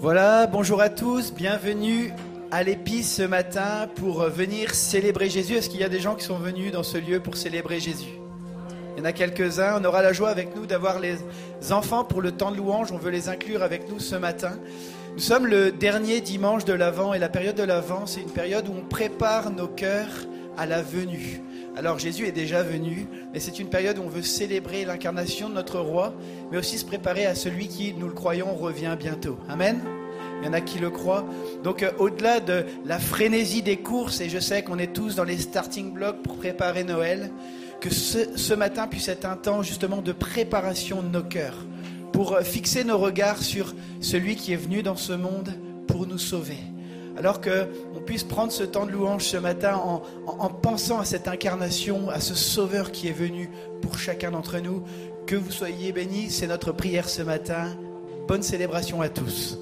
Voilà, bonjour à tous, bienvenue à l'Épice ce matin pour venir célébrer Jésus. Est-ce qu'il y a des gens qui sont venus dans ce lieu pour célébrer Jésus? Il y en a quelques-uns. On aura la joie avec nous d'avoir les enfants pour le temps de louange. On veut les inclure avec nous ce matin. Nous sommes le dernier dimanche de l'Avent et la période de l'Avent, c'est une période où on prépare nos cœurs à la venue. Alors Jésus est déjà venu, mais c'est une période où on veut célébrer l'incarnation de notre roi, mais aussi se préparer à celui qui, nous le croyons, revient bientôt. Amen. Il y en a qui le croient. Donc au-delà de la frénésie des courses, et je sais qu'on est tous dans les starting blocks pour préparer Noël, que ce matin puisse être un temps justement de préparation de nos cœurs, pour fixer nos regards sur celui qui est venu dans ce monde pour nous sauver. Alors qu'on puisse prendre ce temps de louange ce matin en pensant à cette incarnation, à ce sauveur qui est venu pour chacun d'entre nous. Que vous soyez bénis, c'est notre prière ce matin. Bonne célébration à tous.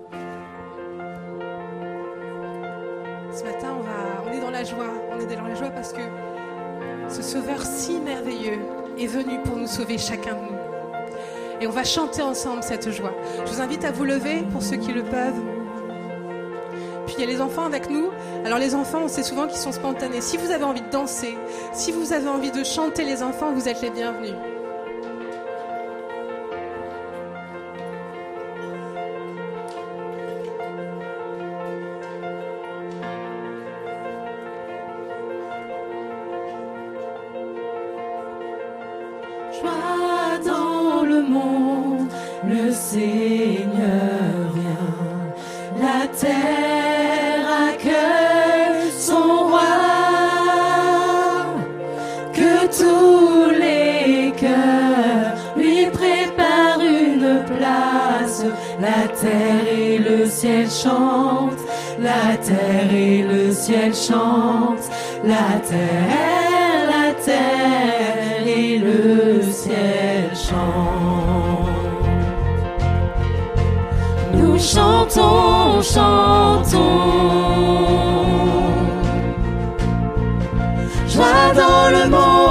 Ce matin, on est dans la joie. On est dans la joie parce que ce sauveur si merveilleux est venu pour nous sauver chacun de nous. Et on va chanter ensemble cette joie. Je vous invite à vous lever pour ceux qui le peuvent. Puis il y a les enfants avec nous. Alors les enfants, on sait souvent qu'ils sont spontanés. Si vous avez envie de danser, si vous avez envie de chanter les enfants, vous êtes les bienvenus. Joie dans le monde, le Seigneur vient, la terre accueille son roi, que tous les cœurs lui préparent une place. La terre et le ciel chantent, la terre et le ciel chantent, la terre et le ciel chante. Nous chantons, joie dans le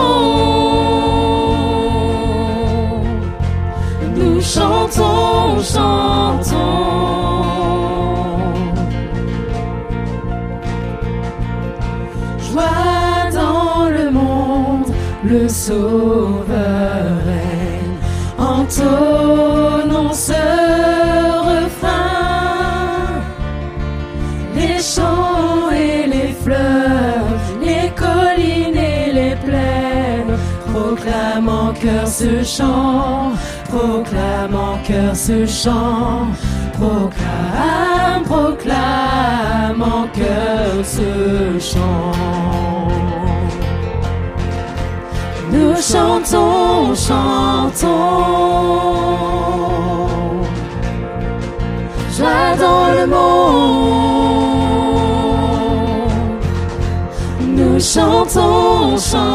monde. Nous chantons, joie dans le monde. Le Sauveur règne, entonnons ce refrain. Les champs et les fleurs, les collines et les plaines, proclament en cœur ce chant, proclame en cœur ce chant, proclame en cœur ce chant. Nous chantons, joie dans le monde. Nous chantons,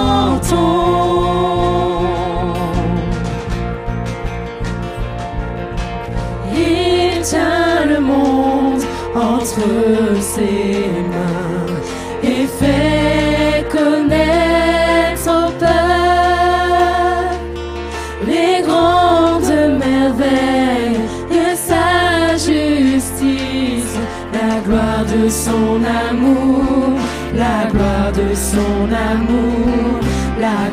Il tient le monde entre ses mains et fait connaître au peuple les grandes merveilles de sa justice, la gloire de son amour, la gloire de son amour, la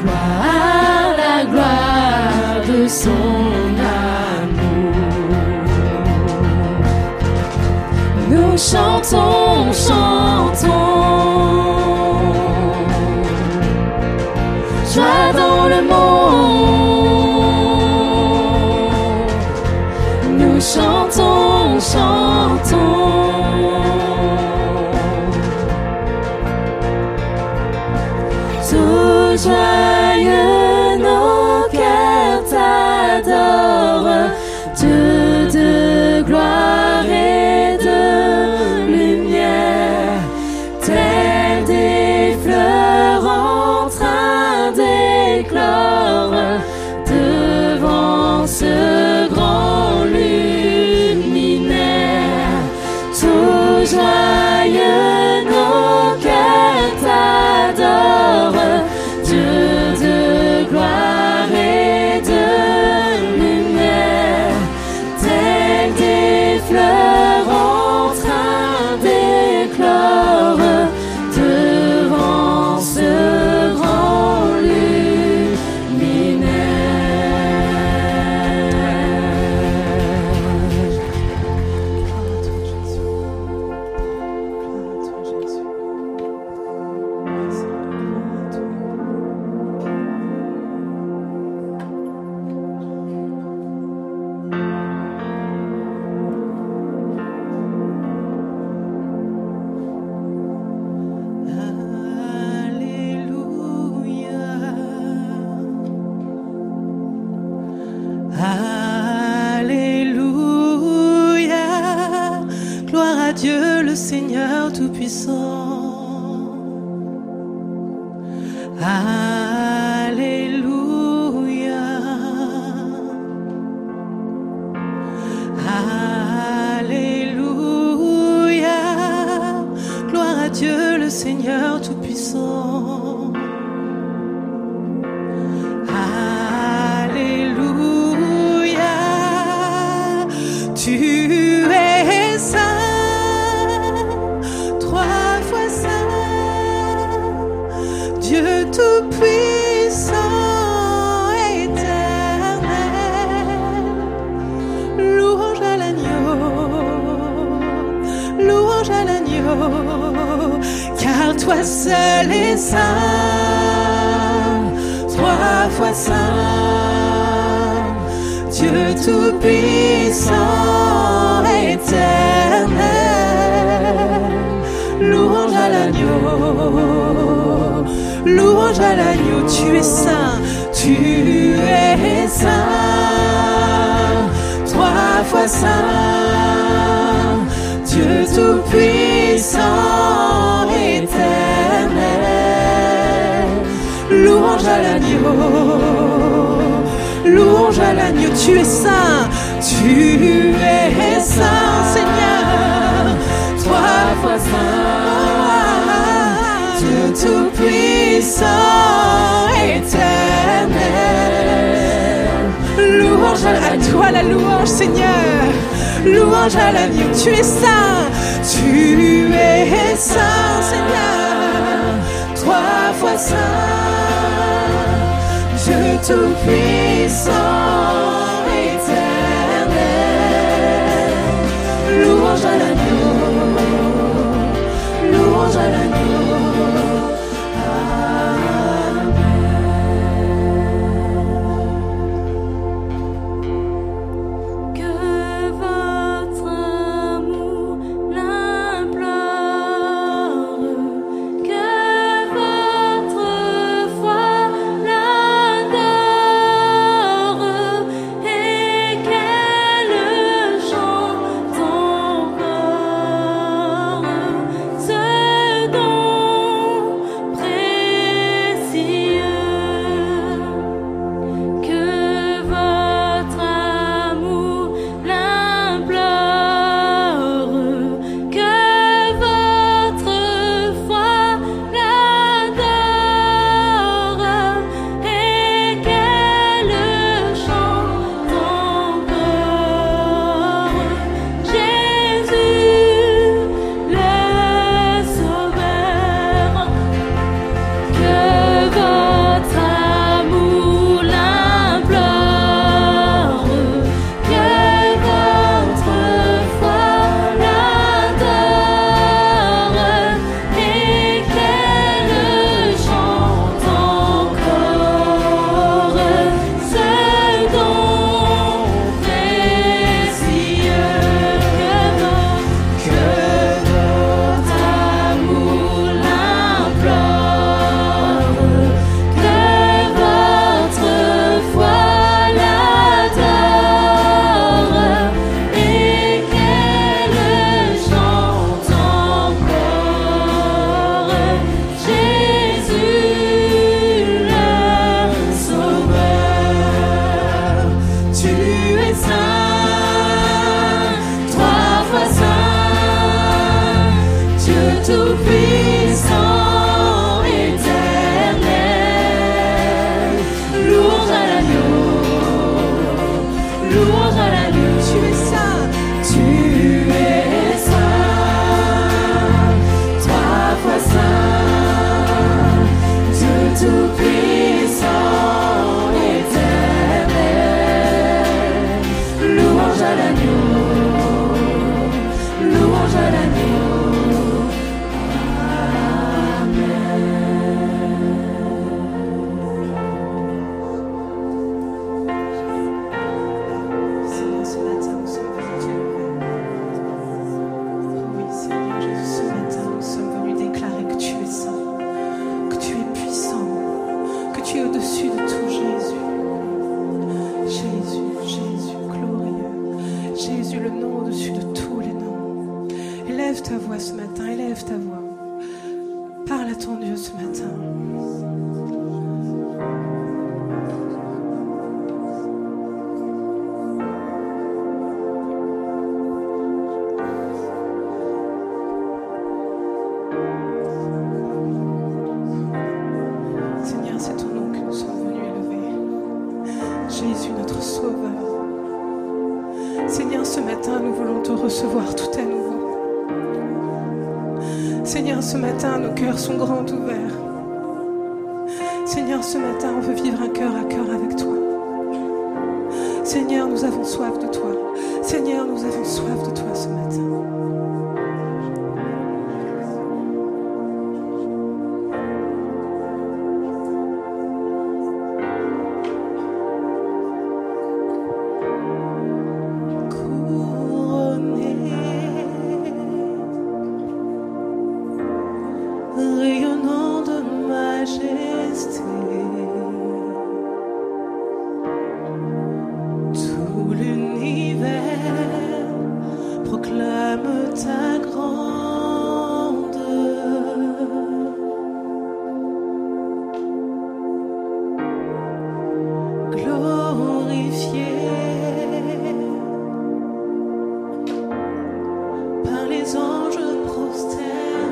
gloire de son amour. Nous chantons, joie dans le monde. Nous chantons, tout joyeux nos cœurs t'adorent, Dieu de gloire et de lumière, tels des fleurs en train d'éclore devant ce grand luminaire. Tout joyeux nos cœurs t'adorent, Dieu de Dieu le Seigneur Tout-Puissant. Alléluia, tu es saint, trois fois saint, Dieu Tout-Puissant, éternel. Louange à l'agneau, car toi seul es saint, trois fois saint, Dieu Tout-Puissant, éternel. Louange à l'agneau, tu es saint, trois fois saint, Dieu Tout-Puissant, éternel. Louange à l'agneau, tu es saint, Seigneur, trois fois saint, Dieu Tout-Puissant, éternel. Louange à toi, la louange, Seigneur. Louange à l'agneau, tu es saint, Seigneur, trois fois saint, Dieu Tout-Puissant, éternel. Louange à l'agneau, louange à l'agneau. Seigneur, ce matin, nous voulons te recevoir tout à nouveau. Seigneur, ce matin, nos cœurs sont grands ouverts. Seigneur, ce matin, on veut vivre un cœur à cœur avec toi. Seigneur, nous avons soif de toi. Seigneur, nous avons soif de toi ce matin. Rayonnant de majesté, tout l'univers proclame ta grandeur, glorifié par les anges prosternés.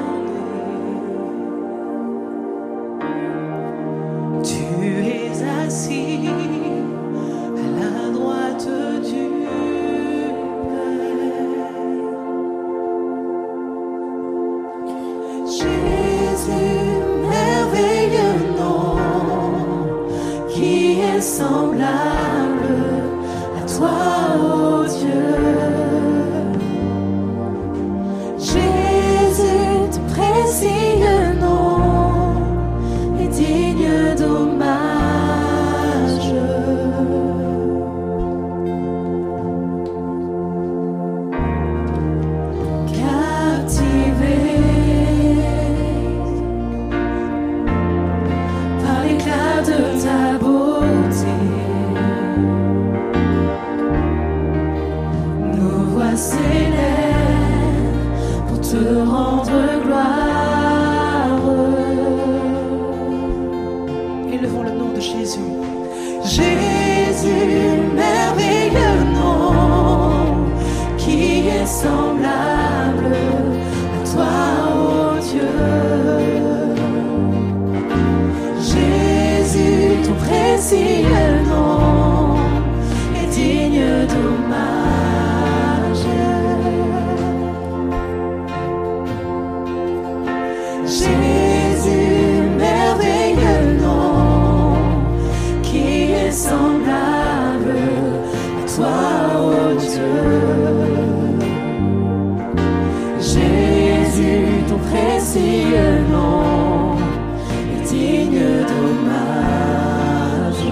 Tu es assis à la droite du Père. Jésus, merveilleux nom, qui est semblable à toi, ô Dieu. Jésus, ton précieux nom est digne d'hommage. Captivé par l'éclat de ta beauté, nos voix s'élèvent pour te rendre gloire. Élevons le nom de Jésus. Jésus, merveilleux nom, qui est semblable à toi, ô Dieu. Jésus, ton précieux nom est digne d'hommage. Jésus, merveilleux nom, qui est semblable à toi, ô Dieu. Jésus, ton précieux nom est digne d'hommage.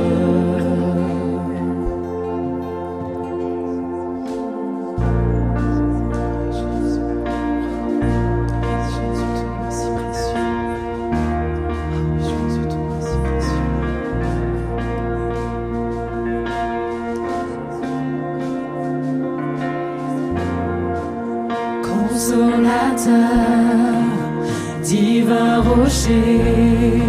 Consolateur, divin rocher,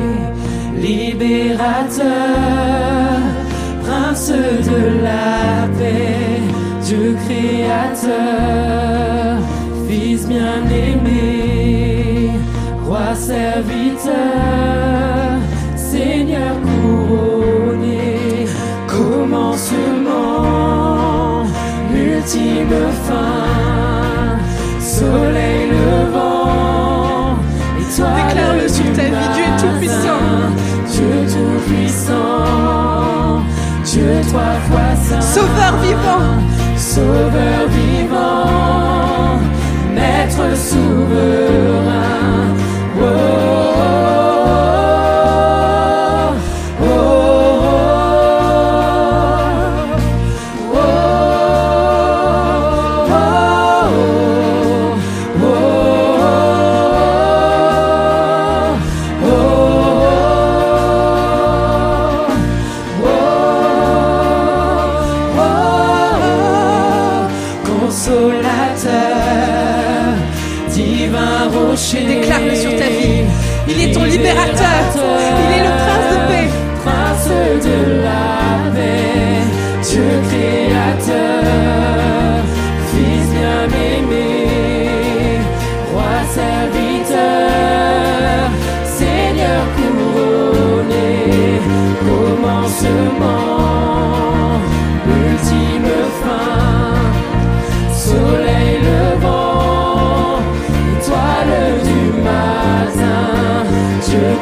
libérateur, prince de la paix, Dieu créateur, Fils bien-aimé, roi serviteur, Seigneur couronné, commencement, ultime fin, soleil levant, étoile. Déclare-le sur ta vie, Dieu est tout-puissant. Dieu tout-puissant, Dieu trois fois saint, Sauveur vivant, Sauveur vivant, Maître souverain. Oh, oh, oh, oh, consolateur, divin rocher. déclare-le sur ta vie. Il est ton libérateur, il est le prince de paix. Prince de la paix, Dieu créateur, Fils bien-aimé, roi serviteur, Seigneur couronné, commencement, ultime fin,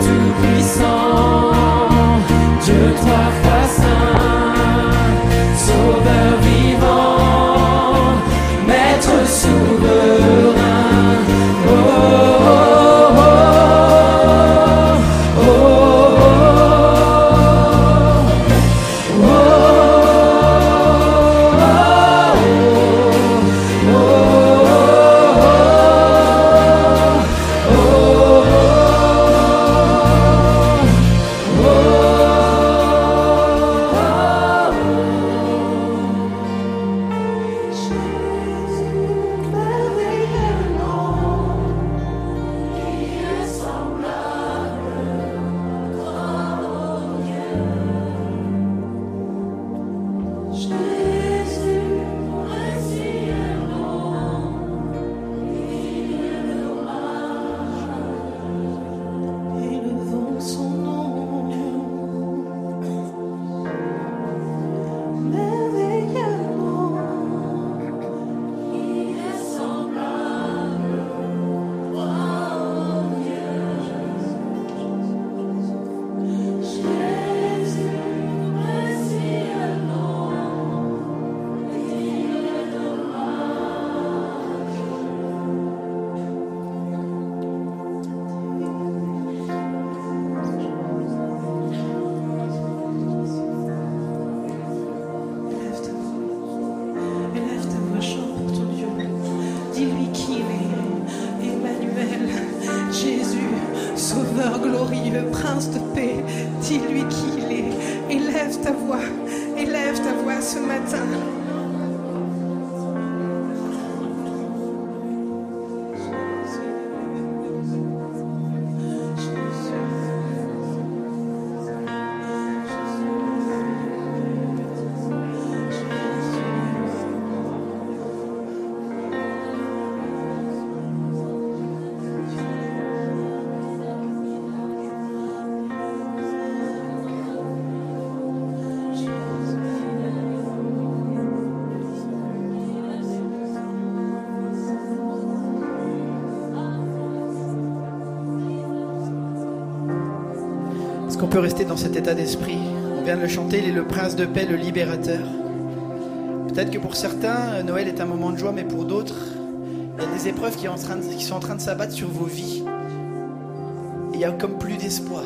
Sauveur glorieux, Prince de paix, dis-lui qui il est. Élève ta voix ce matin. Est-ce qu'on peut rester dans cet état d'esprit? On vient de le chanter, il est le prince de paix, le libérateur. Peut-être que pour certains, Noël est un moment de joie, mais pour d'autres, il y a des épreuves qui sont en train de s'abattre sur vos vies. Et il y a comme plus d'espoir.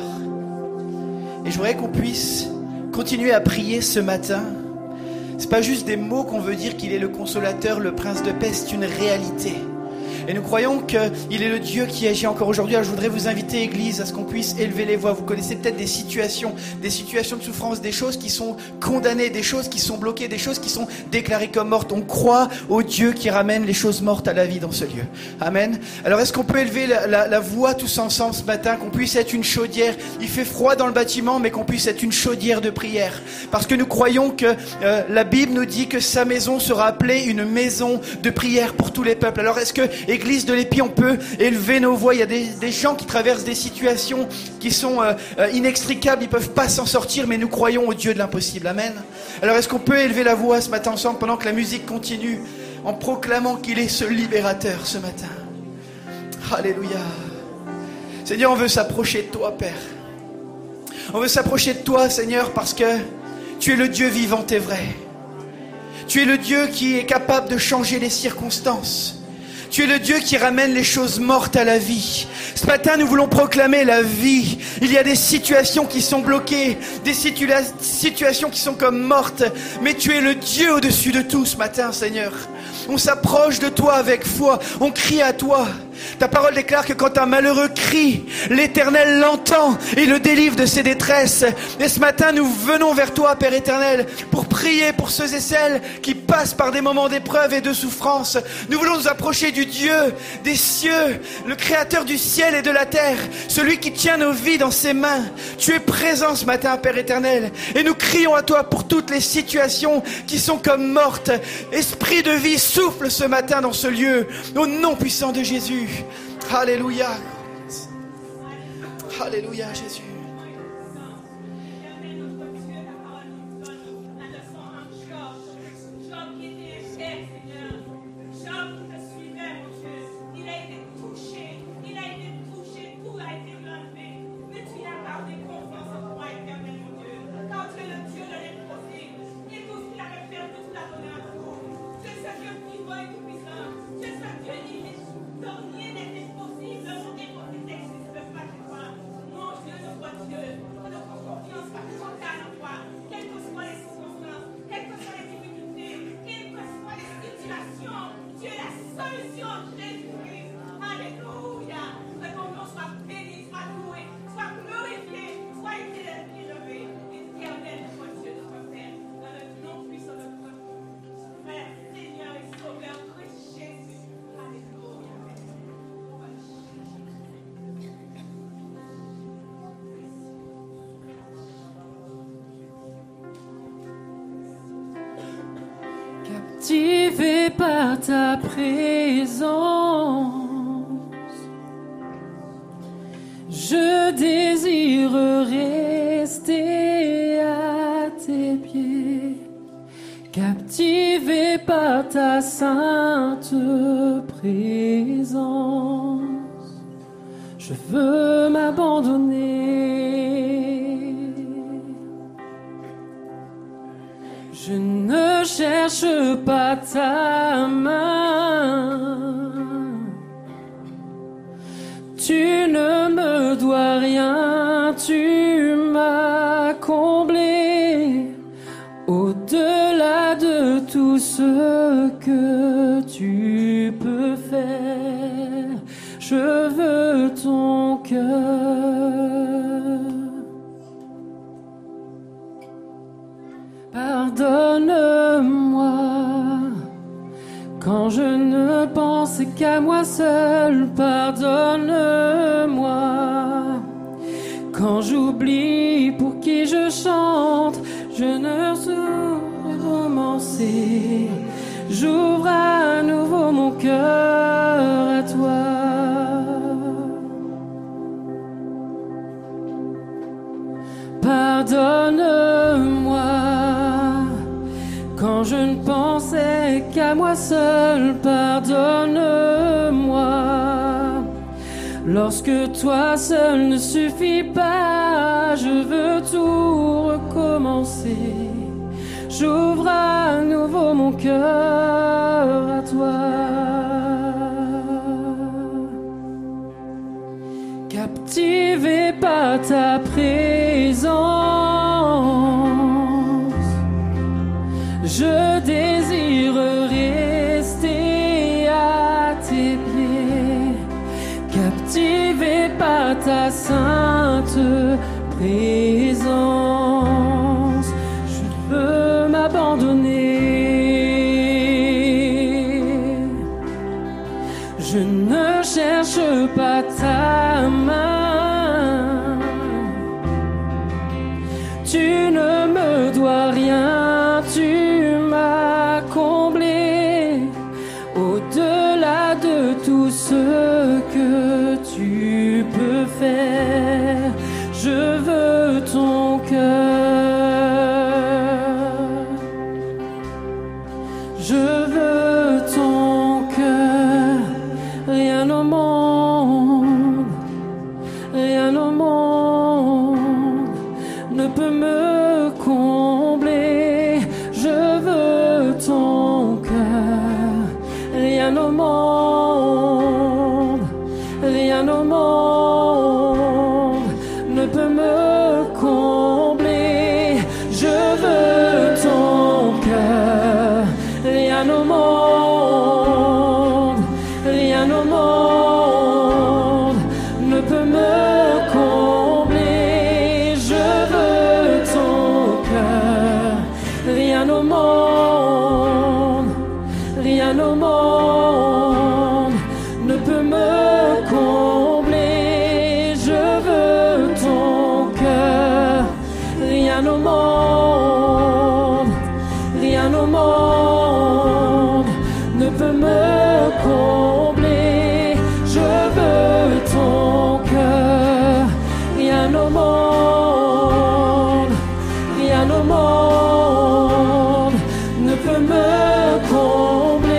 Et je voudrais qu'on puisse continuer à prier ce matin. C'est pas juste des mots qu'on veut dire qu'il est le consolateur, le prince de paix, c'est une réalité. Et nous croyons qu'il est le Dieu qui agit encore aujourd'hui. Alors je voudrais vous inviter, Église, à ce qu'on puisse élever les voix. Vous connaissez peut-être des situations de souffrance, des choses qui sont condamnées, des choses qui sont bloquées, des choses qui sont déclarées comme mortes. On croit au Dieu qui ramène les choses mortes à la vie dans ce lieu. Amen. Alors est-ce qu'on peut élever la voix tous ensemble ce matin, qu'on puisse être une chaudière? Il fait froid dans le bâtiment, mais qu'on puisse être une chaudière de prière. Parce que nous croyons que la Bible nous dit que sa maison sera appelée une maison de prière pour tous les peuples. Alors est-ce que Église de l'Épi, on peut élever nos voix? Il y a des gens qui traversent des situations qui sont inextricables, ils ne peuvent pas s'en sortir, mais nous croyons au Dieu de l'impossible. Amen. Alors est-ce qu'on peut élever la voix ce matin ensemble pendant que la musique continue, en proclamant qu'il est ce libérateur ce matin? Alléluia. Seigneur, on veut s'approcher de toi, Père. On veut s'approcher de toi, Seigneur, parce que tu es le Dieu vivant et vrai. Tu es le Dieu qui est capable de changer les circonstances. Tu es le Dieu qui ramène les choses mortes à la vie. Ce matin, nous voulons proclamer la vie. Il y a des situations qui sont bloquées, des situations qui sont comme mortes. Mais tu es le Dieu au-dessus de tout ce matin, Seigneur. On s'approche de toi avec foi. On crie à toi. Ta parole déclare que quand un malheureux crie, l'Éternel l'entend et le délivre de ses détresses. Et ce matin, nous venons vers toi, Père éternel, pour prier pour ceux et celles qui passent par des moments d'épreuve et de souffrance. Nous voulons nous approcher du Dieu des cieux, le créateur du ciel et de la terre, celui qui tient nos vies dans ses mains. Tu es présent ce matin, Père éternel, et nous crions à toi pour toutes les situations qui sont comme mortes. Esprit de vie, souffle ce matin dans ce lieu, au nom puissant de Jésus. Alléluia. Alléluia, Jésus. Il a été touché, tout a été enlevé. Mais tu captivé par ta présence. Je désire rester à tes pieds, captivé par ta sainte présence. Je veux m'abandonner. Je ne cherche pas ta main. Tu ne me dois rien, tu m'as comblé. Au-delà de tout ce que tu peux faire, je veux ton cœur. Pardonne-moi quand je ne pensais qu'à moi seul. Pardonne-moi quand j'oublie pour qui je chante. Je ne saurais recommencer. J'ouvre à nouveau mon cœur à toi. Pardonne-moi quand je ne pensais qu'à moi seul. Pardonne-moi lorsque toi seul ne suffit pas. Je veux tout recommencer. J'ouvre à nouveau mon cœur à toi. Captivé par ta présence, je désire rester à tes pieds, captivé par ta sainte présence. Je veux m'abandonner. Je ne cherche pas ta main. Tu ne me dois rien, tu m'as comblé. Au-delà de tout ce que tu peux faire, je veux ton cœur. Je veux ton cœur. Rien au monde, rien au monde ne peut me combler. Je veux ton cœur. Rien au monde, rien au monde ne peut me combler. Je veux ton cœur. Rien au monde, rien au monde ne peut me combler. Je veux ton cœur. Rien au monde, rien au monde ne peut me combler. Je veux ton cœur. Rien au monde, rien au monde ne peut me combler. Je veux ton cœur. Rien au monde, rien au monde ne peut me combler.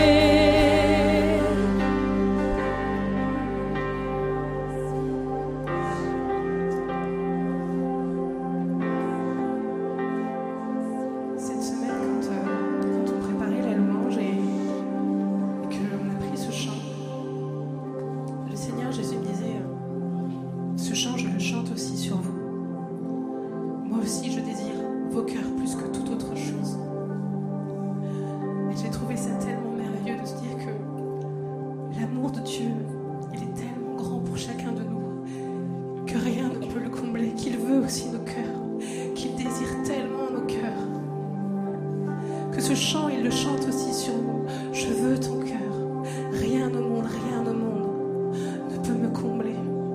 Cette semaine, quand on préparait la louange et qu'on a pris ce chant, le Seigneur Jésus me disait, ce chant, je le chante aussi sur vous. Moi aussi, je désire vos cœurs plus que toute autre chose. Et j'ai trouvé ça tellement merveilleux de se dire que l'amour de Dieu, il est tellement grand pour chacun de nous que rien ne peut le combler, qu'il veut aussi nos cœurs, qu'il désire tellement nos cœurs. Que ce chant, il le chante aussi sur nous. Je veux ton cœur. Rien au monde ne peut me combler.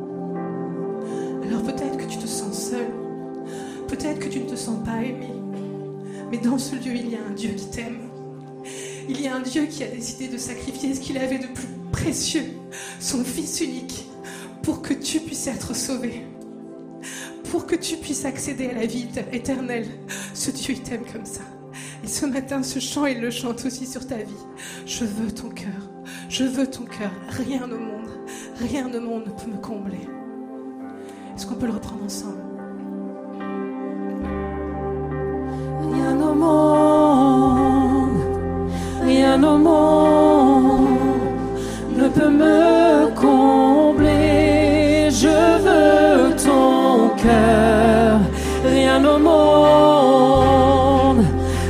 Alors peut-être que tu te sens seul. Peut-être que tu ne te sens pas aimé. Mais dans ce lieu, il y a un Dieu qui t'aime. Il y a un Dieu qui a décidé de sacrifier ce qu'il avait de plus précieux, son Fils unique, pour que tu puisses être sauvé, pour que tu puisses accéder à la vie éternelle. Ce Dieu, il t'aime comme ça. Et ce matin, ce chant, il le chante aussi sur ta vie. Je veux ton cœur, je veux ton cœur. Rien au monde ne peut me combler. Est-ce qu'on peut le reprendre ensemble? Rien au monde ne peut me combler. Je veux ton cœur. Rien au monde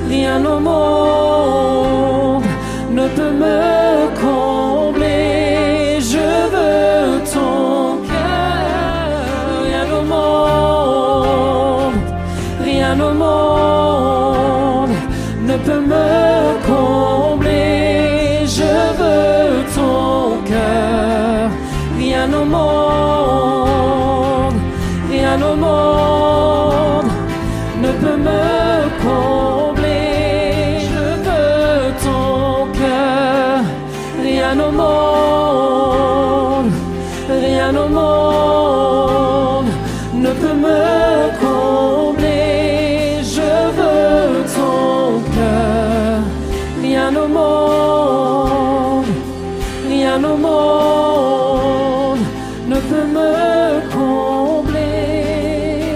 ne peut me combler. Je veux ton cœur. Rien au monde ne peut me combler. Je veux ton cœur. Rien au monde ne peut me combler. Je veux ton cœur. Rien au monde ne peut me combler. Je veux ton cœur. Rien au monde ne peut me combler.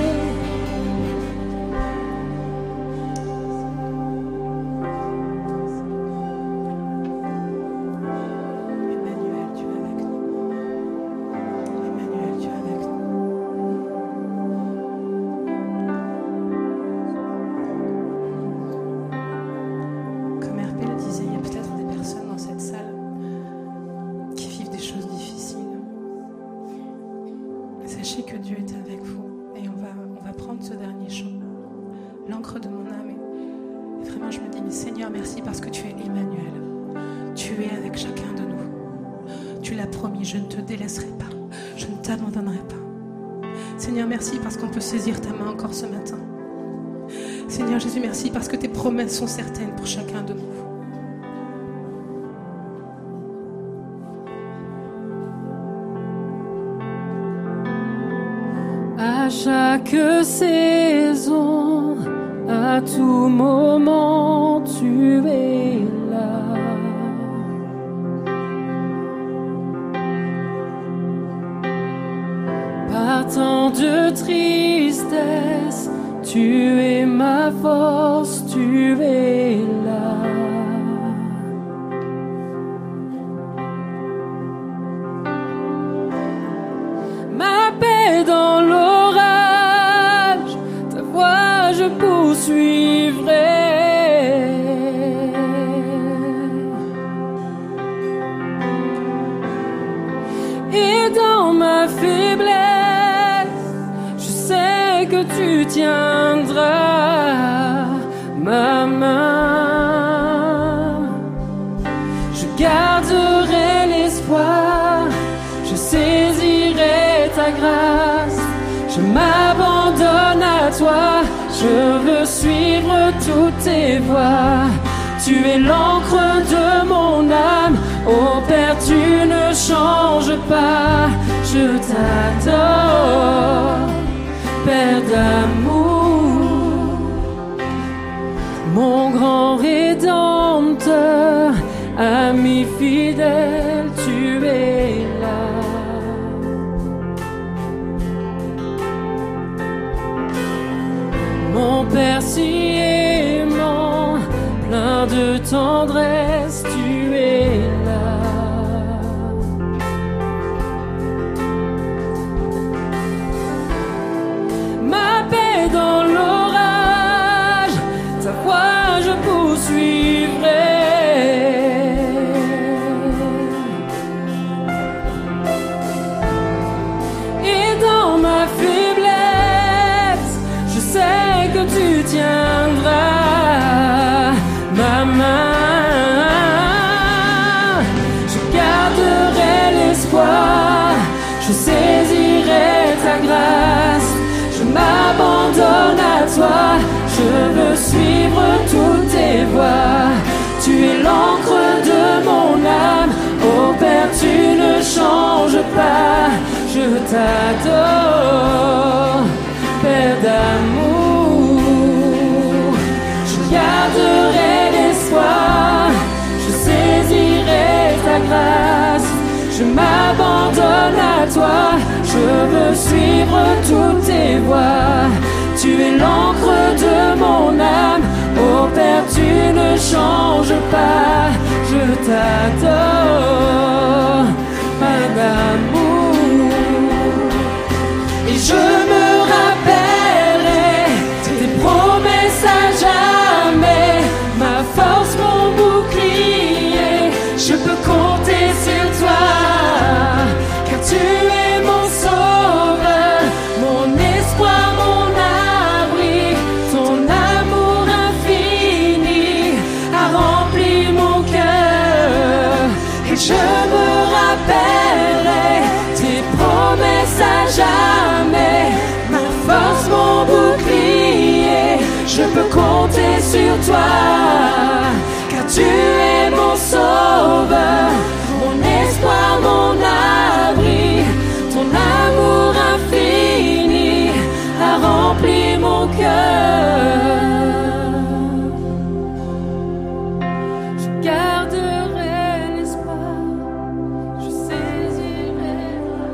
Emmanuel, tu es avec nous. Emmanuel, tu es avec nous. Comme RP le disait, il y a peut-être des personnes dans cette salle qui vivent des choses difficiles. Sachez que Dieu est avec vous et on va prendre ce dernier chant, l'encre de mon âme. Et vraiment, je me dis, mais Seigneur, merci parce que tu es Emmanuel. Tu es avec chacun de nous. Tu l'as promis, je ne te délaisserai pas. Je ne t'abandonnerai pas. Seigneur, merci parce qu'on peut saisir ta main encore ce matin. Seigneur Jésus, merci parce que tes promesses sont certaines pour chacun de nous. À chaque saison, à tout moment, tu es là. Par tant de tristesse, tu es ma force, tu es là. Ma paix dans l'orage, ta voix je poursuivrai. Et dans ma faiblesse, je sais que tu tiendras ma main. Je garderai l'espoir, je saisirai ta grâce. Je m'abandonne à toi, je veux suivre toutes tes voies. Tu es l'encre de mon âme, ô Père, tu ne changes pas. Je t'adore, Père d'amour, mon grand Rédempteur, ami fidèle, tu es là. Mon Père si aimant, plein de tendresse, tu es là. Ma paix dans l'orage, ta voix je poursuivrai. Et dans ma faiblesse, je sais que tu tiendras ma main. Je garderai l'espoir, je saisirai ta grâce. Je m'abandonne à toi, je veux suivre toutes tes voies. Tu es l'ange change pas. Je t'adore, Père d'amour. Je garderai l'espoir, je saisirai ta grâce. Je m'abandonne à toi, je veux suivre toutes tes voies. Tu es l'encre de mon âme, oh Père, tu ne changes pas. Je t'adore, Père d'amour. Et je me rappellerai tes promesses à jamais, ma force, mon bouclier. Je peux compter sur toi, car tu es mon sauveur, mon espoir, mon abri. Ton amour infini a rempli mon cœur. Et je me rappellerai tes promesses à jamais, ma force, mon bouclier. Je peux compter sur toi, car tu es mon sauveur, mon espoir, mon abri. Ton amour infini a rempli mon cœur. Je garderai l'espoir, je saisirai ta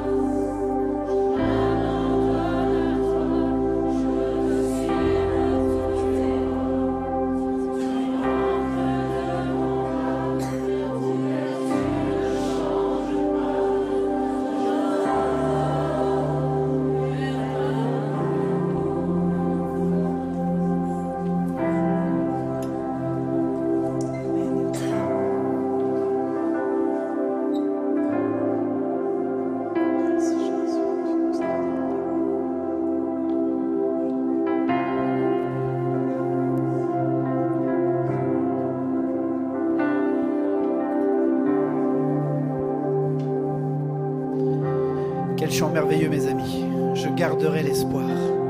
Quel chant merveilleux, mes amis. Je garderai l'espoir.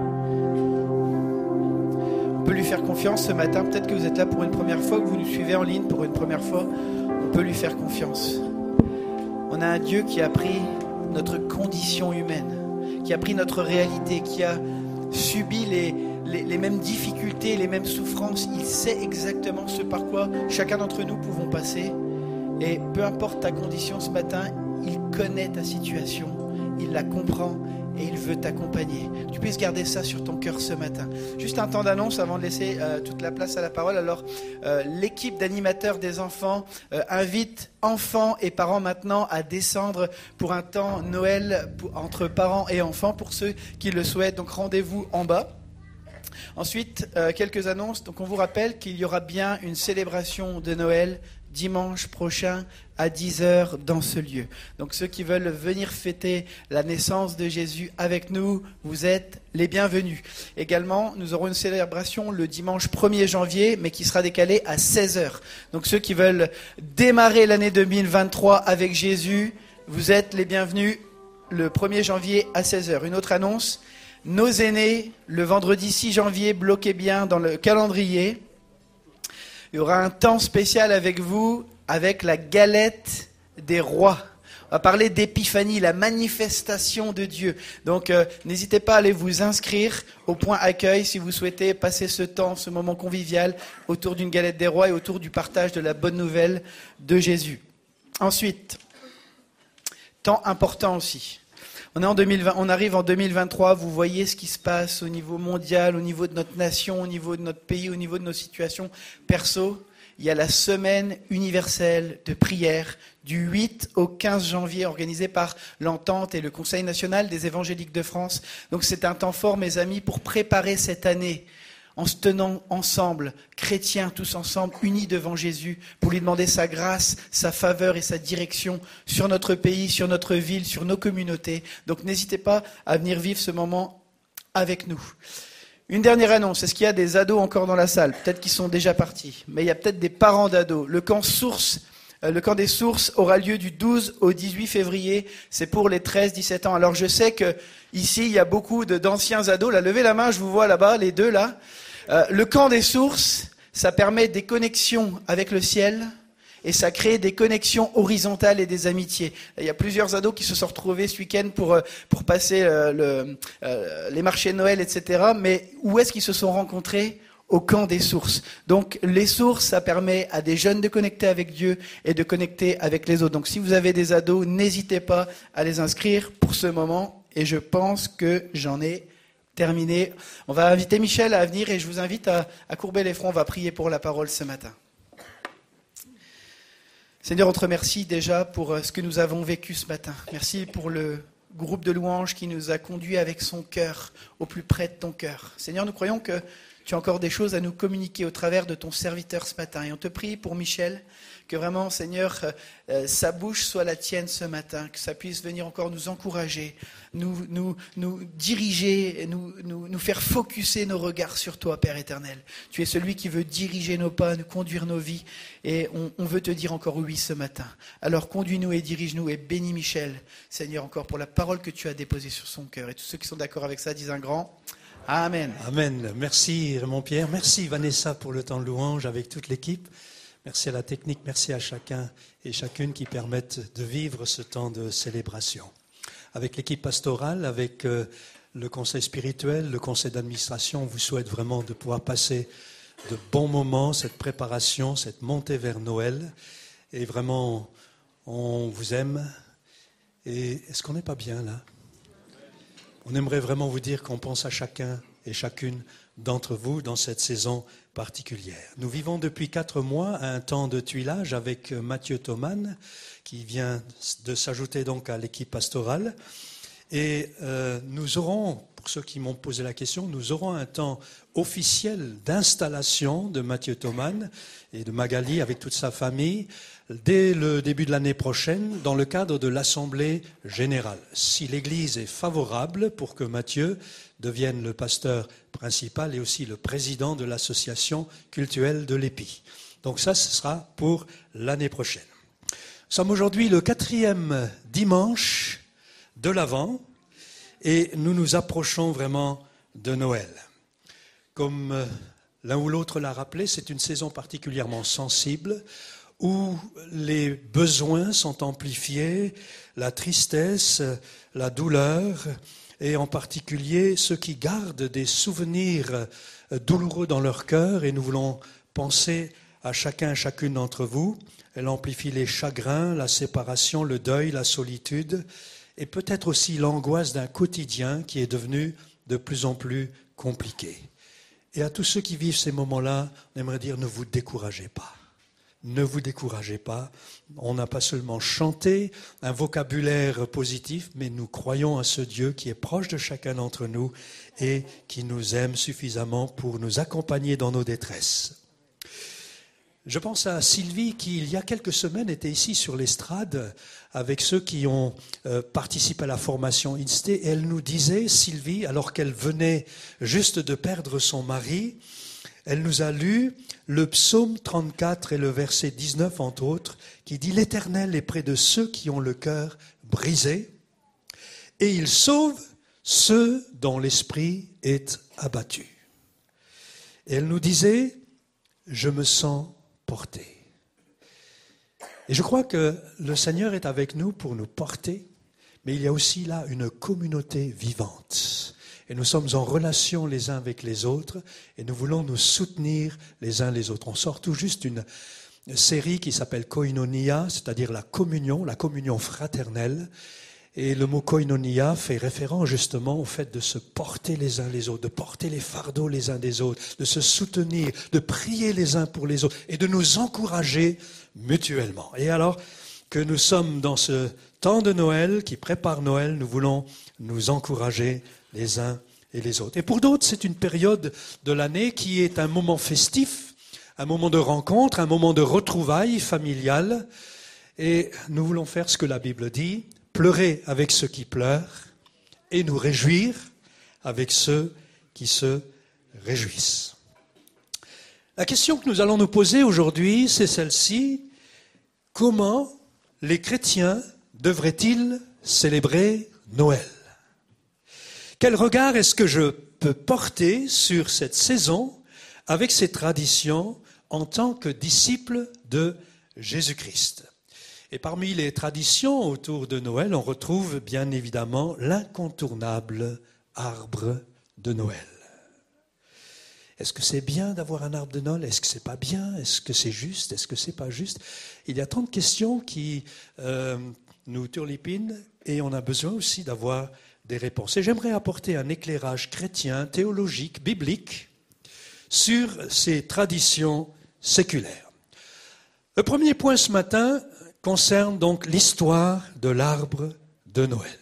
On peut lui faire confiance ce matin. Peut-être que vous êtes là pour une première fois, que vous nous suivez en ligne pour une première fois. On peut lui faire confiance. On a un Dieu qui a pris notre condition humaine, qui a pris notre réalité, qui a subi les mêmes difficultés, les mêmes souffrances. Il sait exactement ce par quoi chacun d'entre nous pouvons passer. Et peu importe ta condition ce matin, il connaît ta situation. Il la comprend et il veut t'accompagner. Tu puisses garder ça sur ton cœur ce matin. Juste un temps d'annonce avant de laisser toute la place à la parole. Alors, l'équipe d'animateurs des enfants invite enfants et parents maintenant à descendre pour un temps Noël entre parents et enfants pour ceux qui le souhaitent. Donc, rendez-vous en bas. Ensuite, quelques annonces. Donc, on vous rappelle qu'il y aura bien une célébration de Noël dimanche prochain à 10h dans ce lieu. Donc ceux qui veulent venir fêter la naissance de Jésus avec nous, vous êtes les bienvenus. Également, nous aurons une célébration le dimanche 1er janvier, mais qui sera décalée à 16h. Donc ceux qui veulent démarrer l'année 2023 avec Jésus, vous êtes les bienvenus le 1er janvier à 16h. Une autre annonce, nos aînés, le vendredi 6 janvier, bloquez bien dans le calendrier. Il y aura un temps spécial avec vous, avec la galette des rois. On va parler d'épiphanie, la manifestation de Dieu. Donc, n'hésitez pas à aller vous inscrire au point accueil si vous souhaitez passer ce temps, ce moment convivial autour d'une galette des rois et autour du partage de la bonne nouvelle de Jésus. Ensuite, temps important aussi. On est en 2020, on arrive en 2023, vous voyez ce qui se passe au niveau mondial, au niveau de notre nation, au niveau de notre pays, au niveau de nos situations perso. Il y a la semaine universelle de prière du 8 au 15 janvier organisée par l'Entente et le Conseil national des évangéliques de France. Donc c'est un temps fort, mes amis, pour préparer cette année en se tenant ensemble, chrétiens tous ensemble, unis devant Jésus, pour lui demander sa grâce, sa faveur et sa direction sur notre pays, sur notre ville, sur nos communautés. Donc n'hésitez pas à venir vivre ce moment avec nous. Une dernière annonce, est-ce qu'il y a des ados encore dans la salle? Peut-être qu'ils sont déjà partis, mais il y a peut-être des parents d'ados. Le camp des sources aura lieu du 12 au 18 février, c'est pour les 13-17 ans. Alors je sais que ici il y a beaucoup d'anciens ados, là, levez la main, je vous vois là-bas, les deux là. Le camp des sources, ça permet des connexions avec le ciel et ça crée des connexions horizontales et des amitiés. Il y a plusieurs ados qui se sont retrouvés ce week-end pour passer les marchés de Noël, etc. Mais où est-ce qu'ils se sont rencontrés ? Au camp des sources. Donc les sources, ça permet à des jeunes de connecter avec Dieu et de connecter avec les autres. Donc si vous avez des ados, n'hésitez pas à les inscrire pour ce moment. Et je pense que j'en ai terminé. On va inviter Michel à venir et je vous invite à courber les fronts. On va prier pour la parole ce matin. Seigneur, on te remercie déjà pour ce que nous avons vécu ce matin. Merci pour le groupe de louanges qui nous a conduits avec son cœur au plus près de ton cœur. Seigneur, nous croyons que tu as encore des choses à nous communiquer au travers de ton serviteur ce matin. Et on te prie pour Michel, que vraiment, Seigneur, sa bouche soit la tienne ce matin, que ça puisse venir encore nous encourager, nous diriger, nous faire focuser nos regards sur toi, Père éternel. Tu es celui qui veut diriger nos pas, nous conduire nos vies. Et on veut te dire encore oui ce matin. Alors conduis-nous et dirige-nous et bénis Michel, Seigneur, encore pour la parole que tu as déposée sur son cœur. Et tous ceux qui sont d'accord avec ça disent un grand Amen. Amen. Merci Raymond-Pierre. Merci Vanessa pour le temps de louange avec toute l'équipe. Merci à la technique. Merci à chacun et chacune qui permettent de vivre ce temps de célébration. Avec l'équipe pastorale, avec le conseil spirituel, le conseil d'administration, on vous souhaite vraiment de pouvoir passer de bons moments, cette préparation, cette montée vers Noël. Et vraiment, on vous aime. Et est-ce qu'on n'est pas bien là ? On aimerait vraiment vous dire qu'on pense à chacun et chacune d'entre vous dans cette saison particulière. Nous vivons depuis 4 mois un temps de tuilage avec Mathieu Thoman, qui vient de s'ajouter donc à l'équipe pastorale. Et nous aurons, pour ceux qui m'ont posé la question, nous aurons un temps officiel d'installation de Mathieu Thoman et de Magali avec toute sa famille dès le début de l'année prochaine dans le cadre de l'Assemblée générale. Si l'Église est favorable pour que Mathieu devienne le pasteur principal et aussi le président de l'association cultuelle de l'Épi. Donc ça, ce sera pour l'année prochaine. Nous sommes aujourd'hui le 4e dimanche de l'Avent et nous nous approchons vraiment de Noël. Comme l'un ou l'autre l'a rappelé, c'est une saison particulièrement sensible où les besoins sont amplifiés, la tristesse, la douleur, et en particulier ceux qui gardent des souvenirs douloureux dans leur cœur, et nous voulons penser à chacun et chacune d'entre vous. Elle amplifie les chagrins, la séparation, le deuil, la solitude, et peut-être aussi l'angoisse d'un quotidien qui est devenu de plus en plus compliqué. Et à tous ceux qui vivent ces moments-là, on aimerait dire ne vous découragez pas. Ne vous découragez pas. On n'a pas seulement chanté un vocabulaire positif, mais nous croyons à ce Dieu qui est proche de chacun d'entre nous et qui nous aime suffisamment pour nous accompagner dans nos détresses. Je pense à Sylvie qui, il y a quelques semaines, était ici sur l'estrade avec ceux qui ont participé à la formation INSTE. Et elle nous disait, Sylvie, alors qu'elle venait juste de perdre son mari, elle nous a lu le psaume 34 et le verset 19, entre autres, qui dit « L'Éternel est près de ceux qui ont le cœur brisé, et il sauve ceux dont l'esprit est abattu. » Et elle nous disait « Je me sens porté. » Et je crois que le Seigneur est avec nous pour nous porter, mais il y a aussi là une communauté vivante. Et nous sommes en relation les uns avec les autres et nous voulons nous soutenir les uns les autres. On sort tout juste une série qui s'appelle Koinonia, c'est-à-dire la communion fraternelle. Et le mot koinonia fait référence justement au fait de se porter les uns les autres, de porter les fardeaux les uns des autres, de se soutenir, de prier les uns pour les autres et de nous encourager mutuellement. Et alors que nous sommes dans ce temps de Noël qui prépare Noël, nous voulons nous encourager les uns et les autres. Et pour d'autres, c'est une période de l'année qui est un moment festif, un moment de rencontre, un moment de retrouvailles familiales. Et nous voulons faire ce que la Bible dit, pleurer avec ceux qui pleurent et nous réjouir avec ceux qui se réjouissent. La question que nous allons nous poser aujourd'hui, c'est celle-ci. Comment les chrétiens devraient-ils célébrer Noël ? Quel regard est-ce que je peux porter sur cette saison avec ces traditions en tant que disciple de Jésus-Christ. Et parmi les traditions autour de Noël, on retrouve bien évidemment l'incontournable arbre de Noël. Est-ce que c'est bien d'avoir un arbre de Noël? Est-ce que c'est pas bien? Est-ce que c'est juste? Est-ce que c'est pas juste? Il y a tant de questions qui nous turlupinent et on a besoin aussi d'avoir des réponses. Et j'aimerais apporter un éclairage chrétien, théologique, biblique sur ces traditions séculaires. Le premier point ce matin concerne donc l'histoire de l'arbre de Noël.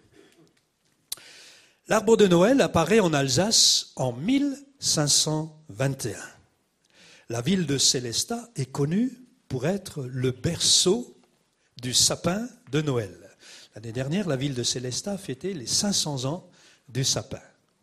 L'arbre de Noël apparaît en Alsace en 1521. La ville de Sélestat est connue pour être le berceau du sapin de Noël. L'année dernière, la ville de Sélestat a fêté les 500 ans du sapin.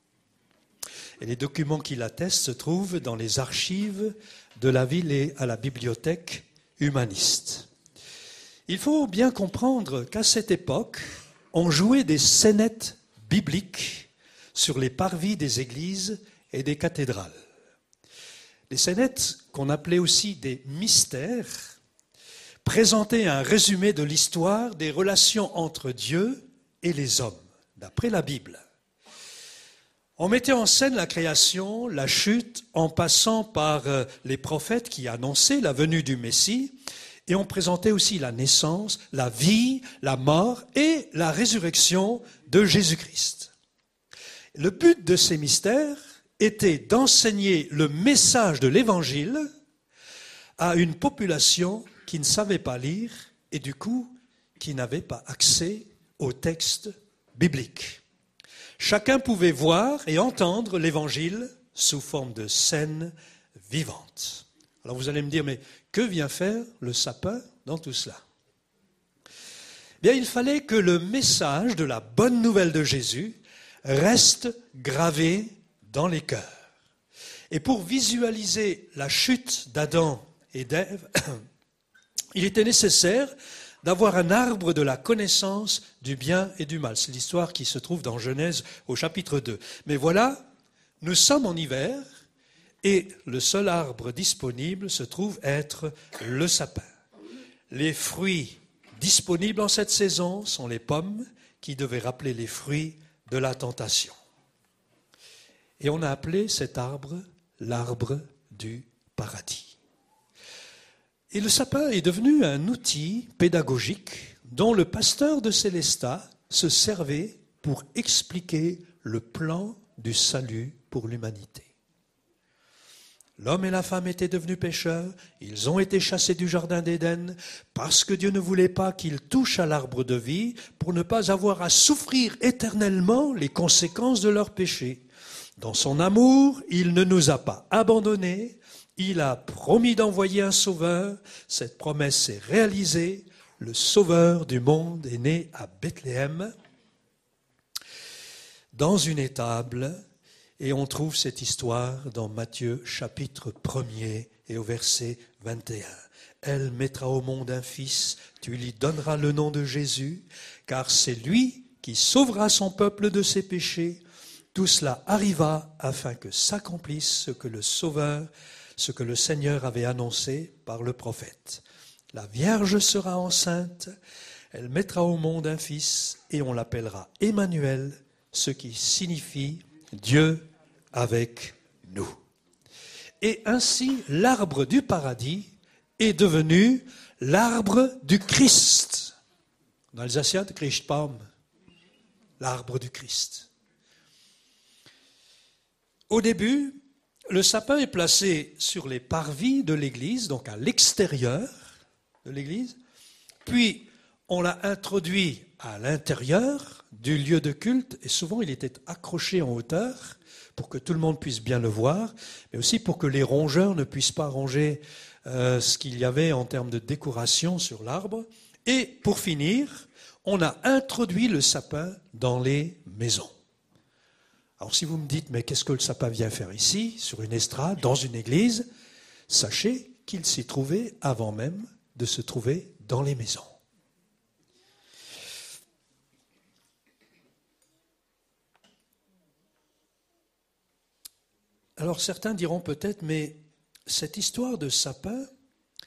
Et les documents qui l'attestent se trouvent dans les archives de la ville et à la bibliothèque humaniste. Il faut bien comprendre qu'à cette époque, on jouait des scénettes bibliques sur les parvis des églises et des cathédrales. Les scénettes, qu'on appelait aussi des mystères, présentaient un résumé de l'histoire des relations entre Dieu et les hommes, d'après la Bible. On mettait en scène la création, la chute, en passant par les prophètes qui annonçaient la venue du Messie, et on présentait aussi la naissance, la vie, la mort et la résurrection de Jésus-Christ. Le but de ces mystères était d'enseigner le message de l'Évangile à une population qui ne savait pas lire et du coup qui n'avait pas accès aux textes bibliques. Chacun pouvait voir et entendre l'Évangile sous forme de scène vivante. Alors vous allez me dire, mais que vient faire le sapin dans tout cela? Bien, il fallait que le message de la bonne nouvelle de Jésus reste gravé dans les cœurs. Et pour visualiser la chute d'Adam et d'Ève, il était nécessaire d'avoir un arbre de la connaissance du bien et du mal. C'est l'histoire qui se trouve dans Genèse au chapitre 2. Mais voilà, nous sommes en hiver et le seul arbre disponible se trouve être le sapin. Les fruits disponibles en cette saison sont les pommes qui devaient rappeler les fruits de la tentation. Et on a appelé cet arbre l'arbre du paradis. Et le sapin est devenu un outil pédagogique dont le pasteur de Sélestat se servait pour expliquer le plan du salut pour l'humanité. L'homme et la femme étaient devenus pécheurs, ils ont été chassés du jardin d'Éden parce que Dieu ne voulait pas qu'ils touchent à l'arbre de vie pour ne pas avoir à souffrir éternellement les conséquences de leur péché. Dans son amour, il ne nous a pas abandonnés, il a promis d'envoyer un sauveur, cette promesse s'est réalisée, le sauveur du monde est né à Bethléem, dans une étable. Et on trouve cette histoire dans Matthieu chapitre 1er et au verset 21. Elle mettra au monde un fils, tu lui donneras le nom de Jésus, car c'est lui qui sauvera son peuple de ses péchés. Tout cela arriva afin que s'accomplisse ce que le Seigneur avait annoncé par le prophète. La Vierge sera enceinte, elle mettra au monde un fils et on l'appellera Emmanuel, ce qui signifie Dieu avec nous. Et ainsi, l'arbre du paradis est devenu l'arbre du Christ. En alsacien, de Christbaum, l'arbre du Christ. Au début, le sapin est placé sur les parvis de l'église, donc à l'extérieur de l'église, puis on l'a introduit à l'intérieur du lieu de culte, et souvent il était accroché en hauteur pour que tout le monde puisse bien le voir, mais aussi pour que les rongeurs ne puissent pas ronger ce qu'il y avait en termes de décoration sur l'arbre. Et pour finir, on a introduit le sapin dans les maisons. Alors si vous me dites, mais qu'est-ce que le sapin vient faire ici, sur une estrade, dans une église, sachez qu'il s'y trouvait avant même de se trouver dans les maisons. Alors certains diront peut-être, mais cette histoire de sapin,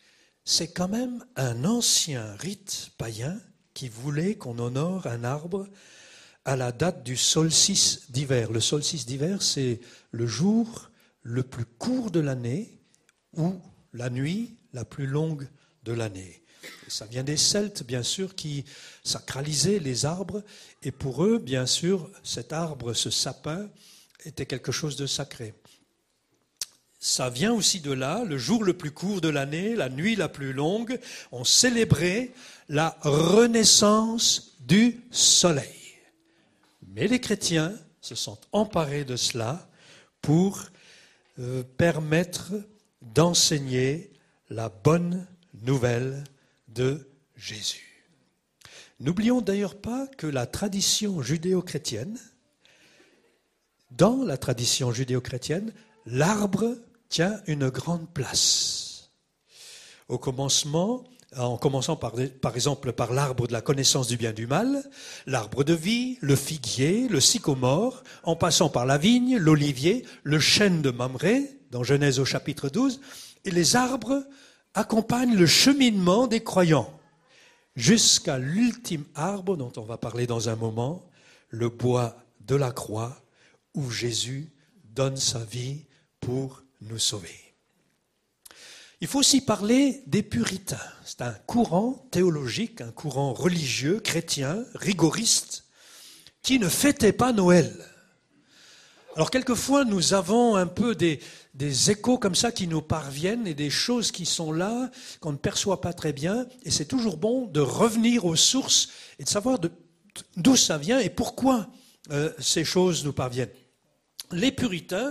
c'est quand même un ancien rite païen qui voulait qu'on honore un arbre à la date du solstice d'hiver. Le solstice d'hiver, c'est le jour le plus court de l'année ou la nuit la plus longue de l'année. Et ça vient des Celtes, bien sûr, qui sacralisaient les arbres. Et pour eux, bien sûr, cet arbre, ce sapin, était quelque chose de sacré. Ça vient aussi de là, le jour le plus court de l'année, la nuit la plus longue, on célébrait la renaissance du soleil. Mais les chrétiens se sont emparés de cela pour permettre d'enseigner la bonne nouvelle de Jésus. N'oublions d'ailleurs pas que la tradition judéo-chrétienne, dans la tradition judéo-chrétienne, l'arbre tient une grande place. Au commencement, en commençant par exemple par l'arbre de la connaissance du bien et du mal, l'arbre de vie, le figuier, le sycomore, en passant par la vigne, l'olivier, le chêne de Mamré, dans Genèse au chapitre 12, et les arbres accompagnent le cheminement des croyants, jusqu'à l'ultime arbre dont on va parler dans un moment, le bois de la croix, où Jésus donne sa vie pour nous sauver. Il faut aussi parler des puritains. C'est un courant théologique, un courant religieux, chrétien, rigoriste, qui ne fêtait pas Noël. Alors quelquefois, nous avons un peu des échos comme ça qui nous parviennent et des choses qui sont là, qu'on ne perçoit pas très bien. Et c'est toujours bon de revenir aux sources et de savoir d'où ça vient et pourquoi ces choses nous parviennent. Les puritains,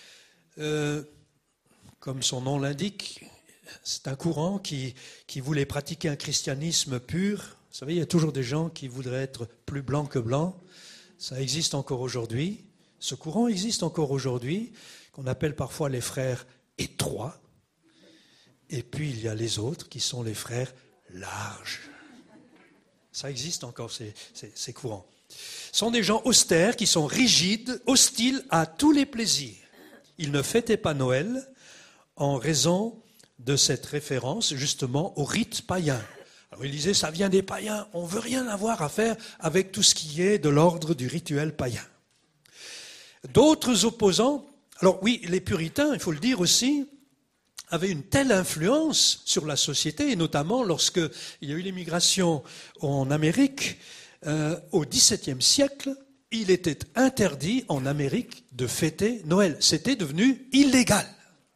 comme son nom l'indique, c'est un courant qui voulait pratiquer un christianisme pur. Vous savez, il y a toujours des gens qui voudraient être plus blancs que blancs. Ça existe encore aujourd'hui. Ce courant existe encore aujourd'hui, qu'on appelle parfois les frères étroits. Et puis il y a les autres qui sont les frères larges. Ça existe encore, ces courants. Ce sont des gens austères qui sont rigides, hostiles à tous les plaisirs. Ils ne fêtaient pas Noël en raison de cette référence justement au rite païen. Alors ils disaient, ça vient des païens, on ne veut rien avoir à faire avec tout ce qui est de l'ordre du rituel païen. D'autres opposants, alors oui, les puritains, il faut le dire aussi, avaient une telle influence sur la société, et notamment lorsqu'il y a eu l'immigration en Amérique, au XVIIe siècle, il était interdit en Amérique de fêter Noël. C'était devenu illégal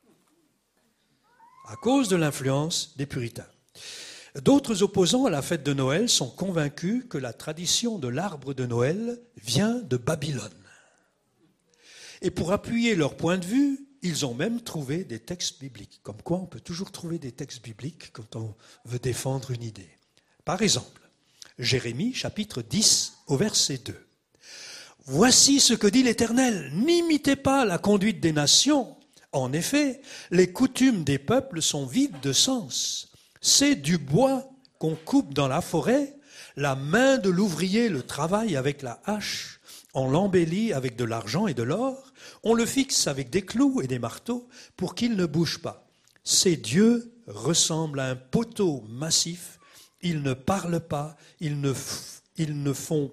à cause de l'influence des puritains. D'autres opposants à la fête de Noël sont convaincus que la tradition de l'arbre de Noël vient de Babylone. Et pour appuyer leur point de vue, ils ont même trouvé des textes bibliques. Comme quoi, on peut toujours trouver des textes bibliques quand on veut défendre une idée. Par exemple, Jérémie, chapitre 10, au verset 2. « Voici ce que dit l'Éternel, n'imitez pas la conduite des nations. En effet, les coutumes des peuples sont vides de sens. C'est du bois qu'on coupe dans la forêt, la main de l'ouvrier le travaille avec la hache, on l'embellit avec de l'argent et de l'or, on le fixe avec des clous et des marteaux pour qu'il ne bouge pas. Ces dieux ressemblent à un poteau massif. Ils ne parlent pas, ils ne font...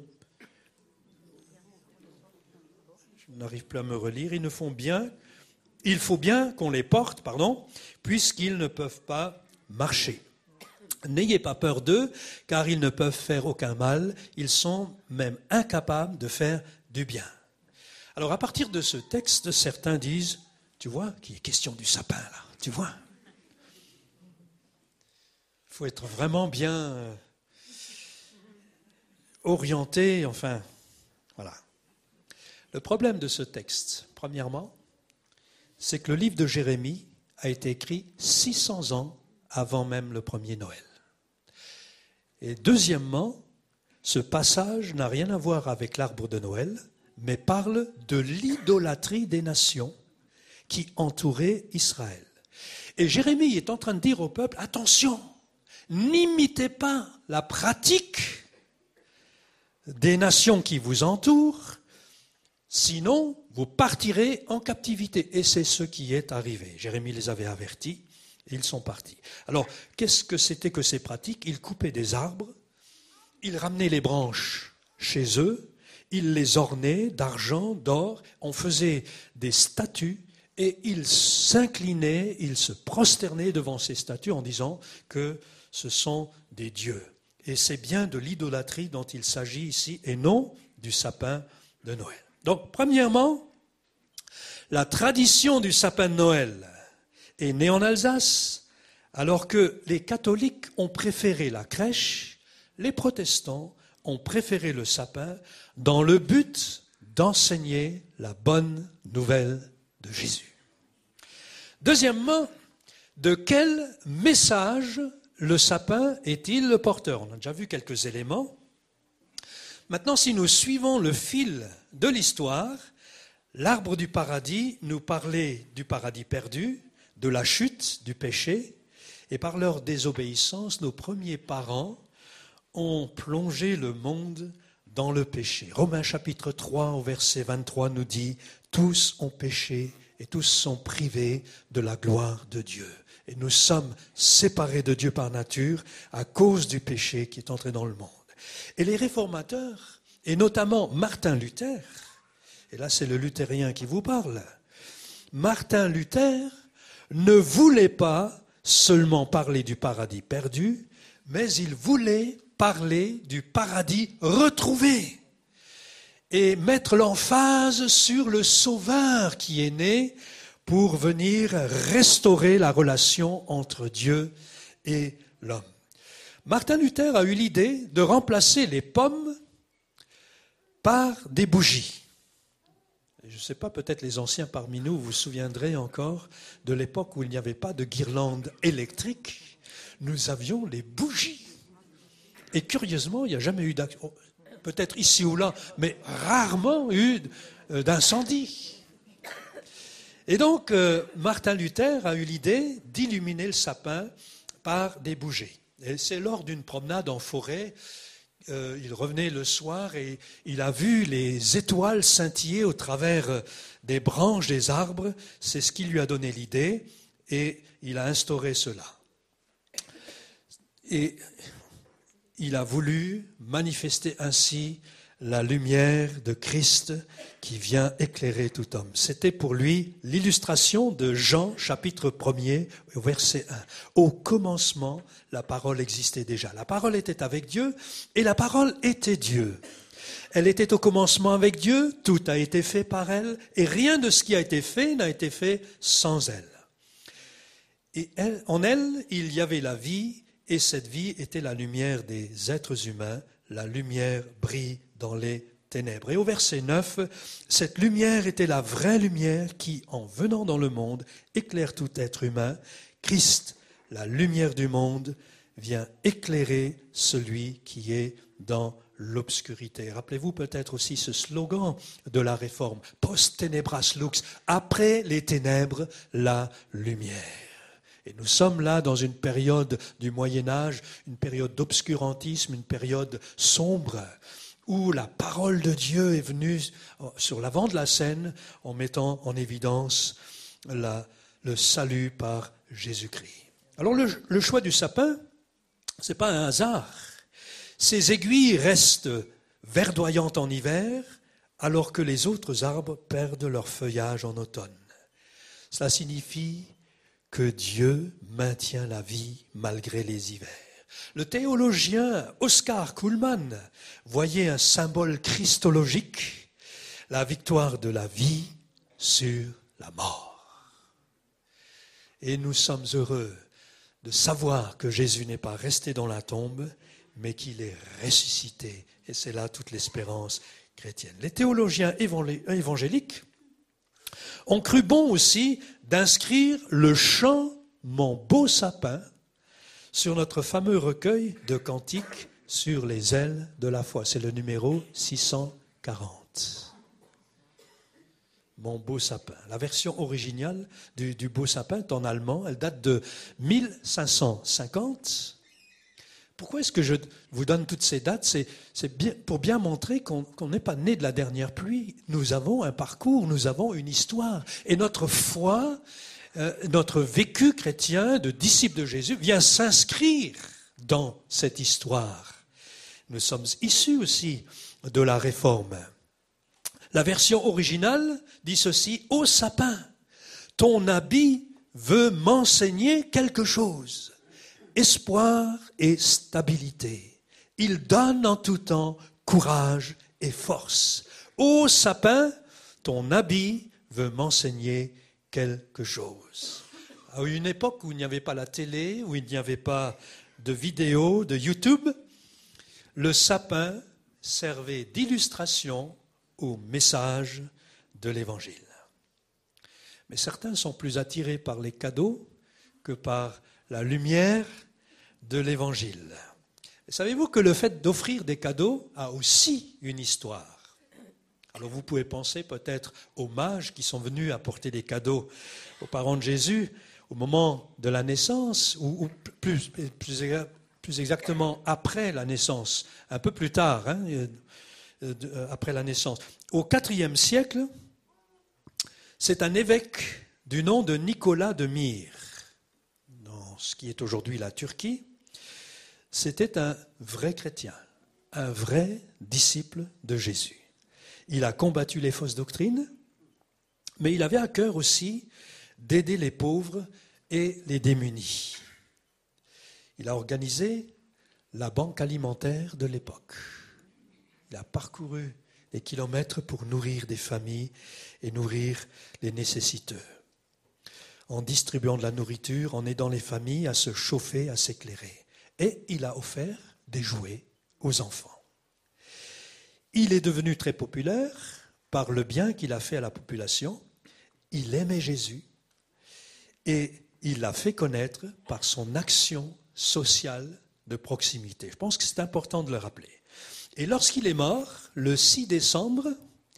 Je n'arrive plus à me relire. Ils ne font bien... Il faut bien qu'on les porte, puisqu'ils ne peuvent pas marcher. N'ayez pas peur d'eux, car ils ne peuvent faire aucun mal. Ils sont même incapables de faire du bien. Alors à partir de ce texte, certains disent, tu vois, qu'il est question du sapin là, tu vois. Il faut être vraiment bien orienté, enfin, voilà. Le problème de ce texte, premièrement, c'est que le livre de Jérémie a été écrit 600 ans avant même le premier Noël. Et deuxièmement, ce passage n'a rien à voir avec l'arbre de Noël, mais parle de l'idolâtrie des nations qui entouraient Israël. Et Jérémie est en train de dire au peuple, attention, n'imitez pas la pratique des nations qui vous entourent, sinon vous partirez en captivité. Et c'est ce qui est arrivé. Jérémie les avait avertis, Et ils sont partis. Alors, qu'est-ce que c'était que ces pratiques? Ils coupaient des arbres, ils ramenaient les branches chez eux, ils les ornaient d'argent, d'or, on faisait des statues et ils s'inclinaient, ils se prosternaient devant ces statues en disant que ce sont des dieux. Et c'est bien de l'idolâtrie dont il s'agit ici et non du sapin de Noël. Donc, premièrement, la tradition du sapin de Noël est née en Alsace, alors que les catholiques ont préféré la crèche, les protestants ont préféré le sapin dans le but d'enseigner la bonne nouvelle de Jésus. Deuxièmement, de quel message le sapin est-il le porteur? On a déjà vu quelques éléments. Maintenant, si nous suivons le fil de l'histoire, l'arbre du paradis nous parlait du paradis perdu, de la chute, du péché, et par leur désobéissance, nos premiers parents ont plongé le monde dans le péché. Romains chapitre 3 au verset 23 nous dit « Tous ont péché et tous sont privés de la gloire de Dieu. » Et nous sommes séparés de Dieu par nature à cause du péché qui est entré dans le monde. Et les réformateurs, et notamment Martin Luther, et là c'est le luthérien qui vous parle, Martin Luther ne voulait pas seulement parler du paradis perdu, mais il voulait parler du paradis retrouvé et mettre l'emphase sur le Sauveur qui est né pour venir restaurer la relation entre Dieu et l'homme. Martin Luther a eu l'idée de remplacer les pommes par des bougies. Je ne sais pas, peut-être les anciens parmi nous, vous vous souviendrez encore de l'époque où il n'y avait pas de guirlande électrique. Nous avions les bougies. Et curieusement, il n'y a jamais eu d'action, peut-être ici ou là, mais rarement eu d'incendie. Et donc, Martin Luther a eu l'idée d'illuminer le sapin par des bougies. Et c'est lors d'une promenade en forêt, il revenait le soir et il a vu les étoiles scintiller au travers des branches des arbres. C'est ce qui lui a donné l'idée et il a instauré cela. Et il a voulu manifester ainsi la lumière de Christ qui vient éclairer tout homme. C'était pour lui l'illustration de Jean, chapitre 1er, verset 1. Au commencement, la parole existait déjà. La parole était avec Dieu et la parole était Dieu. Elle était au commencement avec Dieu, tout a été fait par elle et rien de ce qui a été fait n'a été fait sans elle. Et en elle, il y avait la vie et cette vie était la lumière des êtres humains. La lumière brille dans les ténèbres. Et au verset 9, cette lumière était la vraie lumière qui, en venant dans le monde, éclaire tout être humain. Christ, la lumière du monde, vient éclairer celui qui est dans l'obscurité. Rappelez-vous peut-être aussi ce slogan de la Réforme, post tenebras lux, après les ténèbres, la lumière. Et nous sommes là dans une période du Moyen-Âge, une période d'obscurantisme, une période sombre, où la parole de Dieu est venue sur l'avant de la scène en mettant en évidence le salut par Jésus-Christ. Alors le choix du sapin, ce n'est pas un hasard. Ces aiguilles restent verdoyantes en hiver, alors que les autres arbres perdent leur feuillage en automne. Cela signifie que Dieu maintient la vie malgré les hivers. Le théologien Oscar Kuhlmann voyait un symbole christologique, la victoire de la vie sur la mort. Et nous sommes heureux de savoir que Jésus n'est pas resté dans la tombe, mais qu'il est ressuscité. Et c'est là toute l'espérance chrétienne. Les théologiens évangéliques ont cru bon aussi d'inscrire le chant « Mon beau sapin » sur notre fameux recueil de cantiques sur les ailes de la foi. C'est le numéro 640. Mon beau sapin. La version originale du beau sapin est en allemand. Elle date de 1550. Pourquoi est-ce que je vous donne toutes ces dates? C'est bien, pour bien montrer qu'on n'est pas né de la dernière pluie. Nous avons un parcours, nous avons une histoire. Et notre foi notre vécu chrétien de disciples de Jésus vient s'inscrire dans cette histoire. Nous sommes issus aussi de la Réforme. La version originale dit ceci: « Ô sapin, ton habit veut m'enseigner quelque chose. Espoir et stabilité. Il donne en tout temps courage et force. Ô sapin, ton habit veut m'enseigner quelque chose. » À une époque où il n'y avait pas la télé, où il n'y avait pas de vidéo, de YouTube, le sapin servait d'illustration au message de l'Évangile. Mais certains sont plus attirés par les cadeaux que par la lumière de l'Évangile. Et savez-vous que le fait d'offrir des cadeaux a aussi une histoire? Alors vous pouvez penser peut-être aux mages qui sont venus apporter des cadeaux aux parents de Jésus au moment de la naissance, ou plus exactement après la naissance, un peu plus tard, après la naissance. Au IVe siècle, c'est un évêque du nom de Nicolas de Myre, dans ce qui est aujourd'hui la Turquie. C'était un vrai chrétien, un vrai disciple de Jésus. Il a combattu les fausses doctrines, mais il avait à cœur aussi d'aider les pauvres et les démunis. Il a organisé la banque alimentaire de l'époque. Il a parcouru des kilomètres pour nourrir des familles et nourrir les nécessiteux, en distribuant de la nourriture, en aidant les familles à se chauffer, à s'éclairer. Et il a offert des jouets aux enfants. Il est devenu très populaire par le bien qu'il a fait à la population. Il aimait Jésus et il l'a fait connaître par son action sociale de proximité. Je pense que c'est important de le rappeler. Et lorsqu'il est mort, le 6 décembre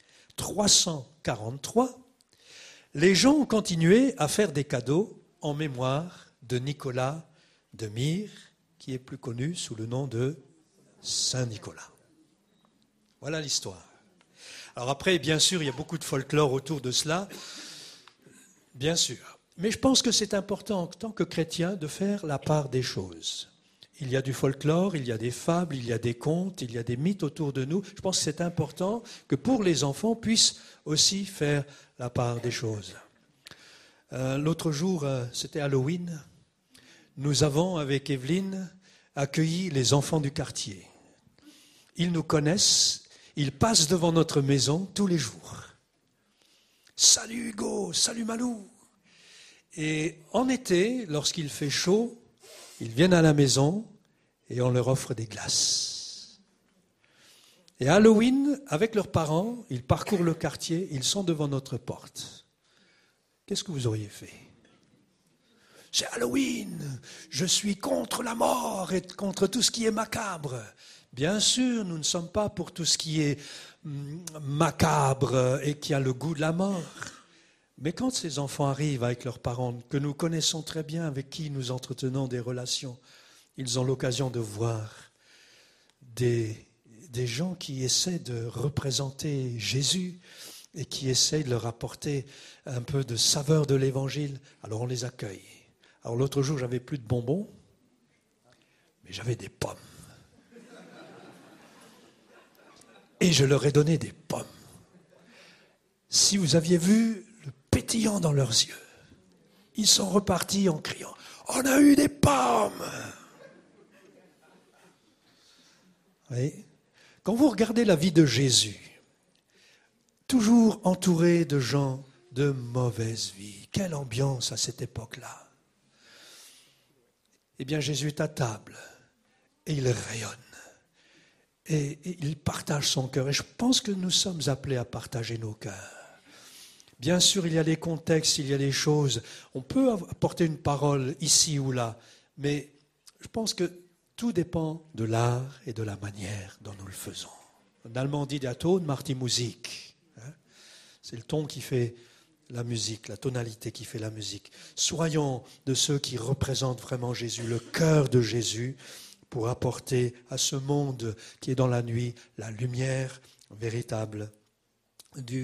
343, les gens ont continué à faire des cadeaux en mémoire de Nicolas de Myre, qui est plus connu sous le nom de Saint Nicolas. Voilà l'histoire. Alors après, bien sûr, il y a beaucoup de folklore autour de cela, bien sûr. Mais je pense que c'est important en tant que chrétien de faire la part des choses. Il y a du folklore, il y a des fables, il y a des contes, il y a des mythes autour de nous. Je pense que c'est important que pour les enfants puissent aussi faire la part des choses. L'autre jour, c'était Halloween. Nous avons, avec Evelyne, accueilli les enfants du quartier. Ils nous connaissent, ils passent devant notre maison tous les jours. Salut Hugo, salut Malou. Et en été, lorsqu'il fait chaud, ils viennent à la maison et on leur offre des glaces. Et à Halloween, avec leurs parents, ils parcourent le quartier, ils sont devant notre porte. Qu'est-ce que vous auriez fait? C'est Halloween, je suis contre la mort et contre tout ce qui est macabre. Bien sûr, nous ne sommes pas pour tout ce qui est macabre et qui a le goût de la mort. Mais quand ces enfants arrivent avec leurs parents, que nous connaissons très bien, avec qui nous entretenons des relations, ils ont l'occasion de voir des gens qui essaient de représenter Jésus et qui essaient de leur apporter un peu de saveur de l'Évangile. Alors on les accueille. Alors l'autre jour, j'avais plus de bonbons, mais j'avais des pommes. Et je leur ai donné des pommes. Si vous aviez vu le pétillant dans leurs yeux, ils sont repartis en criant « On a eu des pommes !» Oui. Quand vous regardez la vie de Jésus, toujours entouré de gens de mauvaise vie, quelle ambiance à cette époque-là. Eh bien, Jésus est à table et il rayonne. Et il partage son cœur. Et je pense que nous sommes appelés à partager nos cœurs. Bien sûr, il y a les contextes, il y a les choses. On peut apporter une parole ici ou là. Mais je pense que tout dépend de l'art et de la manière dont nous le faisons. En allemand, on dit der Ton macht die Musik. C'est le ton qui fait la musique, la tonalité qui fait la musique. Soyons de ceux qui représentent vraiment Jésus, le cœur de Jésus, pour apporter à ce monde qui est dans la nuit la lumière véritable du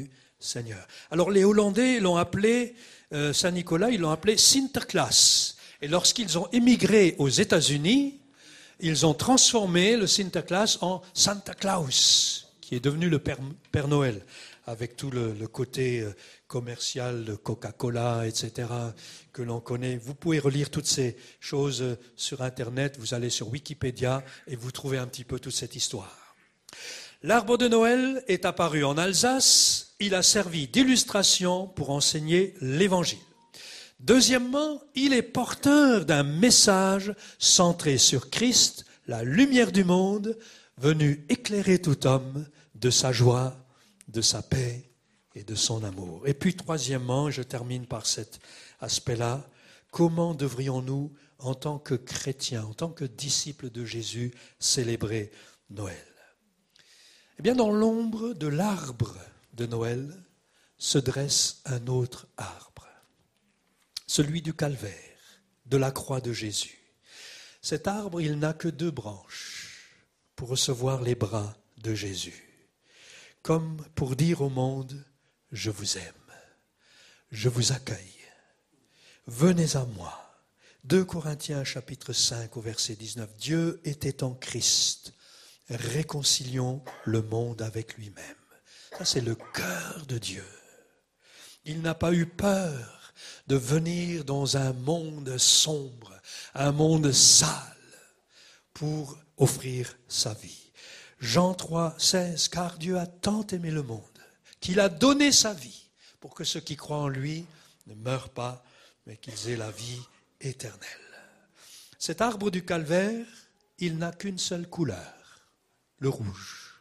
Seigneur. Alors les Hollandais l'ont appelé, Saint-Nicolas, ils l'ont appelé Sinterklaas. Et lorsqu'ils ont émigré aux États-Unis, ils ont transformé le Sinterklaas en Santa Claus, qui est devenu le Père Noël, avec tout le côté commercial de Coca-Cola, etc., que l'on connaît. Vous pouvez relire toutes ces choses sur Internet, vous allez sur Wikipédia et vous trouvez un petit peu toute cette histoire. L'arbre de Noël est apparu en Alsace, il a servi d'illustration pour enseigner l'Évangile. Deuxièmement, il est porteur d'un message centré sur Christ, la lumière du monde, venu éclairer tout homme de sa joie, de sa paix et de son amour. Et puis troisièmement, je termine par cet aspect-là, comment devrions-nous, en tant que chrétiens, en tant que disciples de Jésus, célébrer Noël? Eh bien, dans l'ombre de l'arbre de Noël se dresse un autre arbre, celui du calvaire, de la croix de Jésus. Cet arbre, il n'a que 2 branches pour recevoir les bras de Jésus, comme pour dire au monde, je vous aime, je vous accueille, venez à moi. 2 Corinthiens chapitre 5 au verset 19, Dieu était en Christ, réconcilions le monde avec lui-même. Ça, c'est le cœur de Dieu. Il n'a pas eu peur de venir dans un monde sombre, un monde sale, pour offrir sa vie. Jean 3, 16, car Dieu a tant aimé le monde, qu'il a donné sa vie, pour que ceux qui croient en lui ne meurent pas, mais qu'ils aient la vie éternelle. Cet arbre du calvaire, il n'a qu'une seule couleur, le rouge.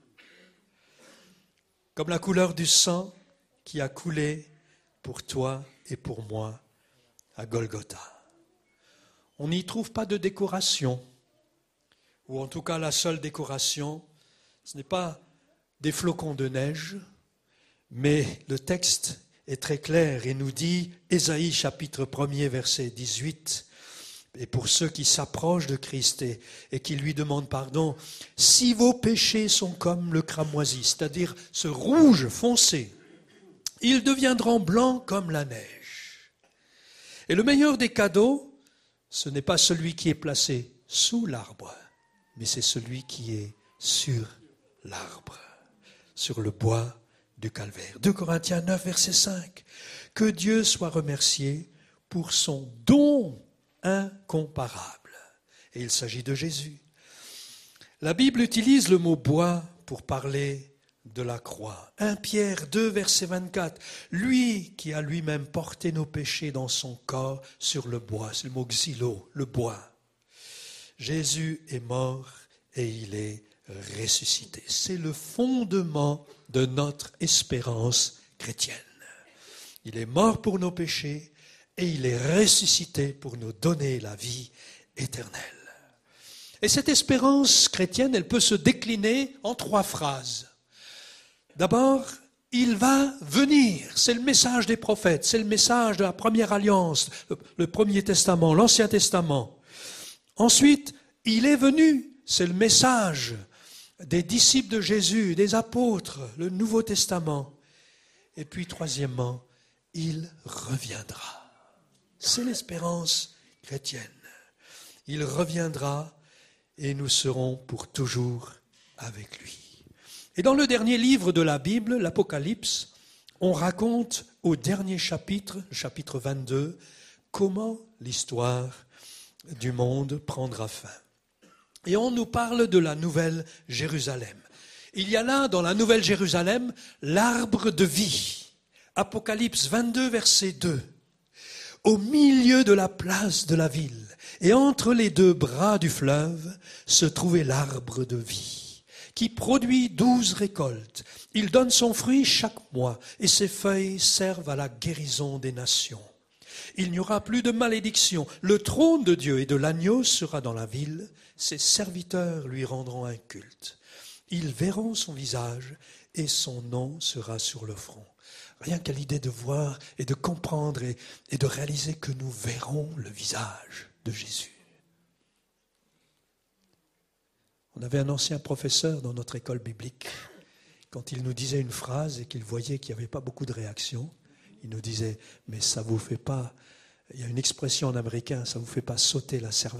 Comme la couleur du sang qui a coulé pour toi et pour moi à Golgotha. On n'y trouve pas de décoration, ou en tout cas la seule décoration, ce n'est pas des flocons de neige, mais le texte est très clair et nous dit, Ésaïe chapitre 1er verset 18, et pour ceux qui s'approchent de Christ et qui lui demandent pardon, si vos péchés sont comme le cramoisi, c'est-à-dire ce rouge foncé, ils deviendront blancs comme la neige. Et le meilleur des cadeaux, ce n'est pas celui qui est placé sous l'arbre, mais c'est celui qui est sur l'arbre, sur le bois du calvaire. 2 Corinthiens 9, verset 5. Que Dieu soit remercié pour son don incomparable. Et il s'agit de Jésus. La Bible utilise le mot bois pour parler de la croix. 1 Pierre 2, verset 24. Lui qui a lui-même porté nos péchés dans son corps sur le bois. C'est le mot xylo, le bois. Jésus est mort et il est ressuscité. C'est le fondement de notre espérance chrétienne. Il est mort pour nos péchés et il est ressuscité pour nous donner la vie éternelle. Et cette espérance chrétienne, elle peut se décliner en 3 phrases. D'abord, il va venir. C'est le message des prophètes, c'est le message de la première alliance, le Premier Testament, l'Ancien Testament. Ensuite, il est venu. C'est le message des disciples de Jésus, des apôtres, le Nouveau Testament. Et puis, troisièmement, il reviendra. C'est l'espérance chrétienne. Il reviendra et nous serons pour toujours avec lui. Et dans le dernier livre de la Bible, l'Apocalypse, on raconte au dernier chapitre, le chapitre 22, comment l'histoire du monde prendra fin. Et on nous parle de la Nouvelle Jérusalem. Il y a là, dans la Nouvelle Jérusalem, l'arbre de vie. Apocalypse 22, verset 2. Au milieu de la place de la ville et entre les 2 bras du fleuve se trouvait l'arbre de vie, qui produit 12 récoltes. Il donne son fruit chaque mois et ses feuilles servent à la guérison des nations. Il n'y aura plus de malédiction. Le trône de Dieu et de l'agneau sera dans la ville. Ses serviteurs lui rendront un culte. Ils verront son visage et son nom sera sur le front. Rien qu'à l'idée de voir et de comprendre et de réaliser que nous verrons le visage de Jésus. On avait un ancien professeur dans notre école biblique. quand il nous disait une phrase et qu'il voyait qu'il n'y avait pas beaucoup de réaction, il nous disait « Mais ça ne vous fait pas, il y a une expression en américain, ça ne vous fait pas sauter la cervelle ?»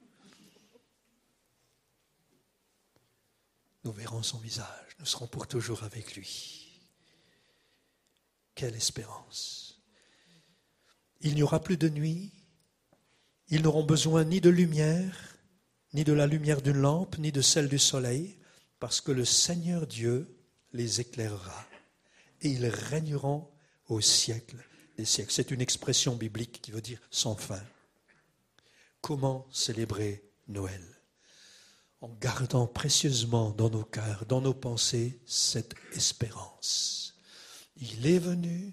Nous verrons son visage, nous serons pour toujours avec lui. Quelle espérance! Il n'y aura plus de nuit, ils n'auront besoin ni de lumière, ni de la lumière d'une lampe, ni de celle du soleil, parce que le Seigneur Dieu les éclairera et ils régneront au siècle des siècles. C'est une expression biblique qui veut dire sans fin. Comment célébrer Noël? En gardant précieusement dans nos cœurs, dans nos pensées, cette espérance. Il est venu,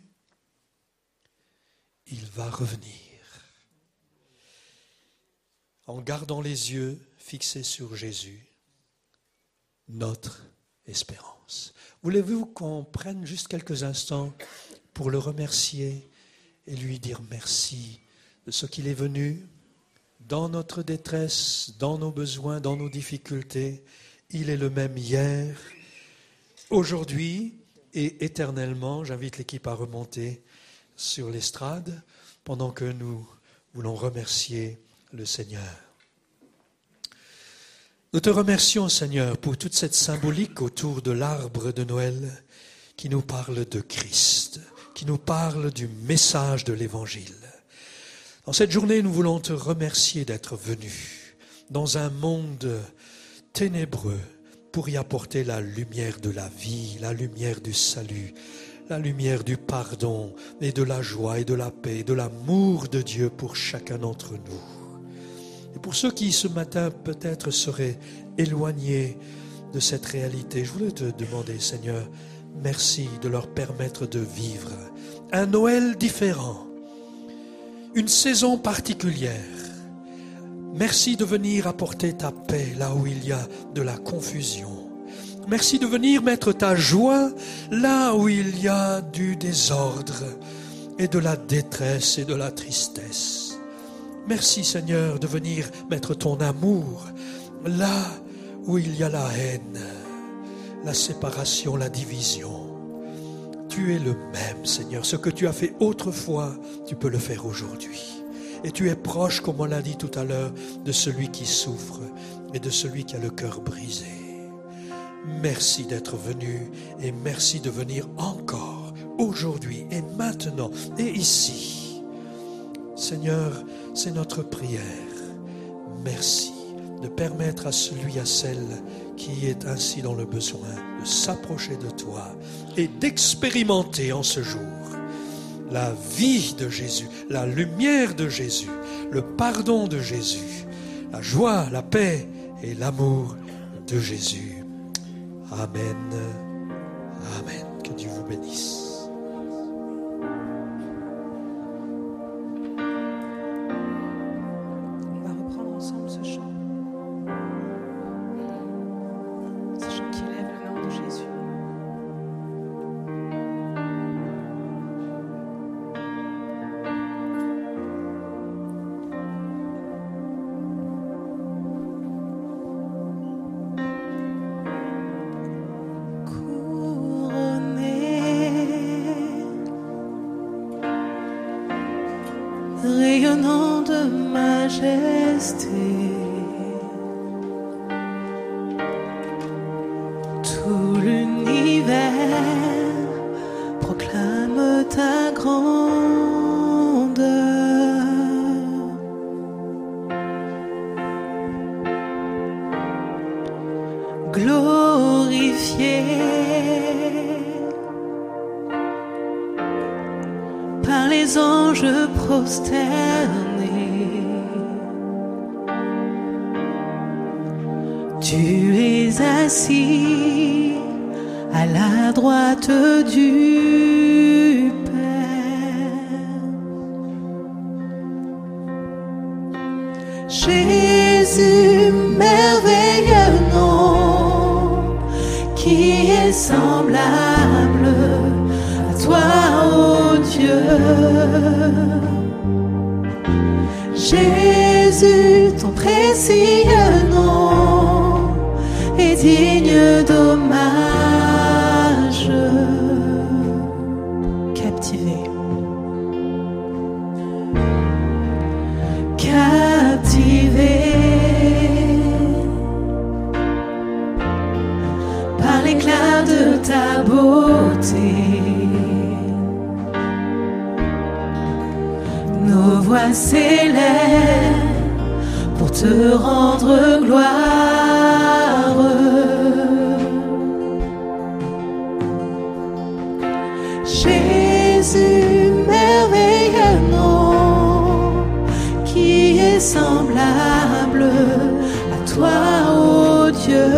il va revenir. En gardant les yeux fixés sur Jésus, notre espérance. Voulez-vous qu'on prenne juste quelques instants pour le remercier et lui dire merci de ce qu'il est venu dans notre détresse, dans nos besoins, dans nos difficultés. Il est le même hier, aujourd'hui et éternellement. J'invite l'équipe à remonter sur l'estrade pendant que nous voulons remercier le Seigneur. Nous te remercions, Seigneur, pour toute cette symbolique autour de l'arbre de Noël qui nous parle de Christ, qui nous parle du message de l'Évangile. Dans cette journée, nous voulons te remercier d'être venu dans un monde ténébreux pour y apporter la lumière de la vie, la lumière du salut, la lumière du pardon et de la joie et de la paix et de l'amour de Dieu pour chacun d'entre nous. Et pour ceux qui ce matin peut-être seraient éloignés de cette réalité, je voulais te demander, Seigneur, merci de leur permettre de vivre un Noël différent, une saison particulière. Merci de venir apporter ta paix là où il y a de la confusion. Merci de venir mettre ta joie là où il y a du désordre et de la détresse et de la tristesse. Merci Seigneur de venir mettre ton amour là où il y a la haine, la séparation, la division. Tu es le même Seigneur. Ce que tu as fait autrefois, tu peux le faire aujourd'hui. Et tu es proche, comme on l'a dit tout à l'heure, de celui qui souffre et de celui qui a le cœur brisé. Merci d'être venu et merci de venir encore aujourd'hui et maintenant et ici. Seigneur, c'est notre prière. Merci de permettre à celui, à celle qui est ainsi dans le besoin de s'approcher de toi et d'expérimenter en ce jour la vie de Jésus, la lumière de Jésus, le pardon de Jésus, la joie, la paix et l'amour de Jésus. Amen. Amen. Que Dieu vous bénisse. Rayonnant de majesté, tout l'univers proclame ta grandeur. Glorifié par les anges prosternés, tu es assis à la droite du Père. Jésus, merveilleux nom, qui est semblable à toi, ô Dieu. Jésus, ton précieux nom est digne d'hommage. captivé. Captivé par l'éclat de ta beauté. Nos voix s'élèvent pour te rendre gloire. Jésus, merveilleux nom, qui est semblable à toi, ô Dieu.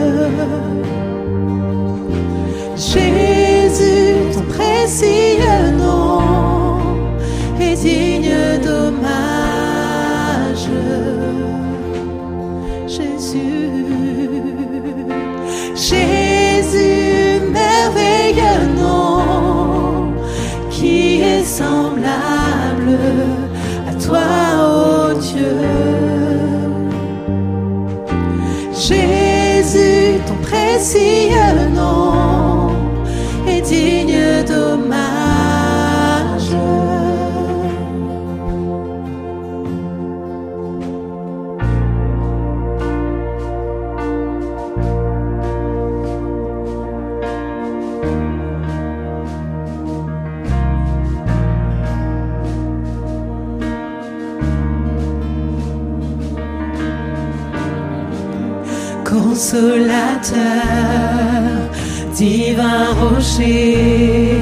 Jésus, ton précieux nom est digne d'hommage. Jésus, merveilleux nom, qui est semblable à toi, ô Dieu. Jésus, ton précieux nom est digne d'hommage. Consolateur, divin rocher,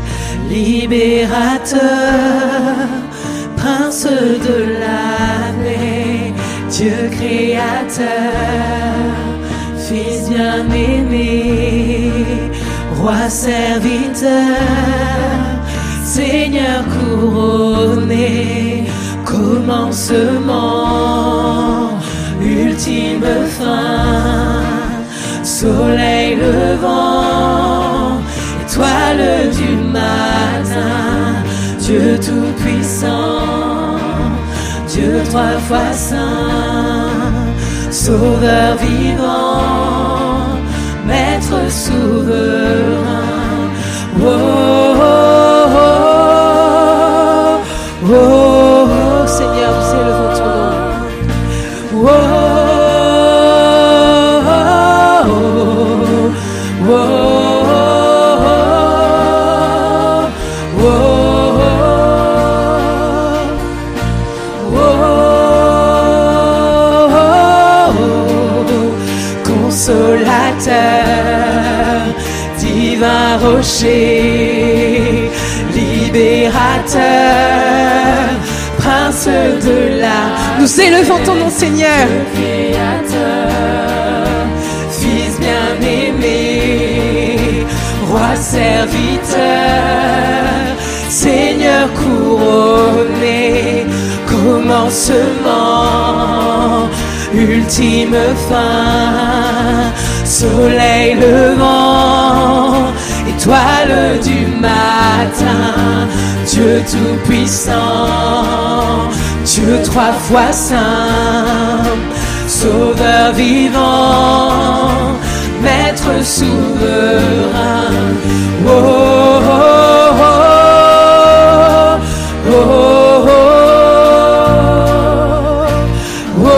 libérateur, prince de la paix, Dieu créateur, Fils bien-aimé, roi serviteur, Seigneur couronné, commencement, ultime fin, soleil levant, étoile du matin, Dieu tout-puissant, Dieu trois fois saint, sauveur vivant, maître souverain. Oh, oh, oh, oh, oh, Seigneur, nous élevons ton nom. Oh, oh, oh, oh, oh, consolateur, divin rocher, libérateur, prince de la... Nous élevons ton nom, Seigneur. Créateur, Fils bien-aimé, roi serviteur, Seigneur couronné, commencement, ultime fin, soleil levant, étoile du matin, Dieu tout-puissant, Dieu trois fois saint, sauveur vivant, maître souverain. Oh, oh, oh, oh, oh, oh,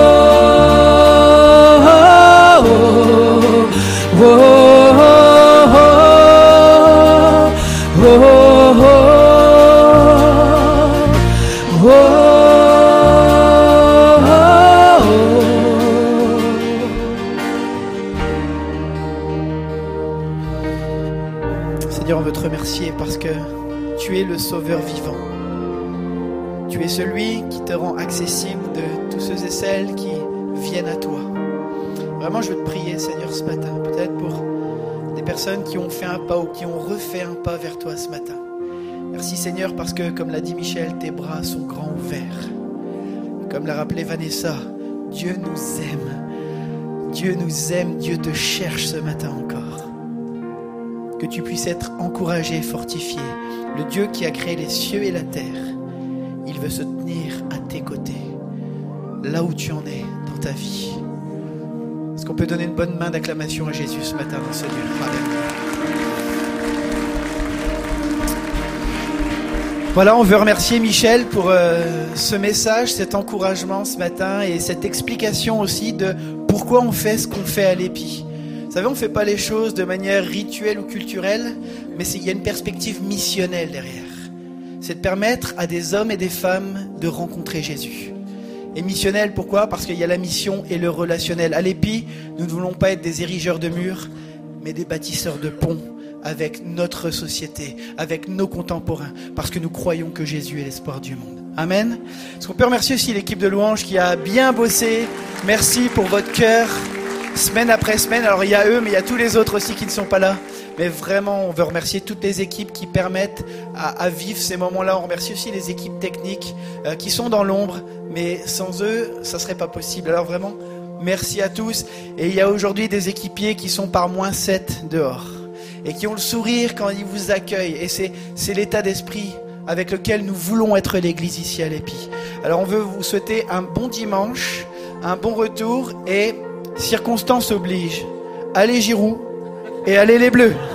Seigneur, on veut te remercier parce que tu es le Sauveur vivant. Tu es celui qui te rend accessible de tous ceux et celles qui viennent à toi. Vraiment, je veux te prier, Seigneur, ce matin, peut-être pour des personnes qui ont fait un pas ou qui ont refait un pas vers toi ce matin. Merci, Seigneur, parce que, comme l'a dit Michel, tes bras sont grands ouverts. Comme l'a rappelé Vanessa, Dieu nous aime. Dieu nous aime, Dieu te cherche ce matin encore. Que tu puisses être encouragé, fortifié. Le Dieu qui a créé les cieux et la terre, il veut se tenir à tes côtés, là où tu en es dans ta vie. Est-ce qu'on peut donner une bonne main d'acclamation à Jésus ce matin dans ce lieu? Voilà, on veut remercier Michel pour ce message, cet encouragement ce matin et cette explication aussi de pourquoi on fait ce qu'on fait à l'Épi. Vous savez, on ne fait pas les choses de manière rituelle ou culturelle, mais il y a une perspective missionnelle derrière. C'est de permettre à des hommes et des femmes de rencontrer Jésus. Et missionnel, pourquoi ? Parce qu'il y a la mission et le relationnel. À l'Épi, nous ne voulons pas être des érigeurs de murs, mais des bâtisseurs de ponts avec notre société, avec nos contemporains, parce que nous croyons que Jésus est l'espoir du monde. Amen. Est-ce qu'on peut remercier aussi l'équipe de louanges qui a bien bossé. Merci pour votre cœur, semaine après semaine. Alors il y a eux, mais il y a tous les autres aussi qui ne sont pas là. Mais vraiment, on veut remercier toutes les équipes qui permettent à vivre ces moments-là. On remercie aussi les équipes techniques qui sont dans l'ombre, mais sans eux, ça ne serait pas possible. Alors vraiment, merci à tous. Et il y a aujourd'hui des équipiers qui sont par -7 dehors et qui ont le sourire quand ils vous accueillent. Et c'est l'état d'esprit avec lequel nous voulons être l'église ici à l'Épi. Alors on veut vous souhaiter un bon dimanche, un bon retour et circonstances obligent. Allez Giroud et allez les Bleus.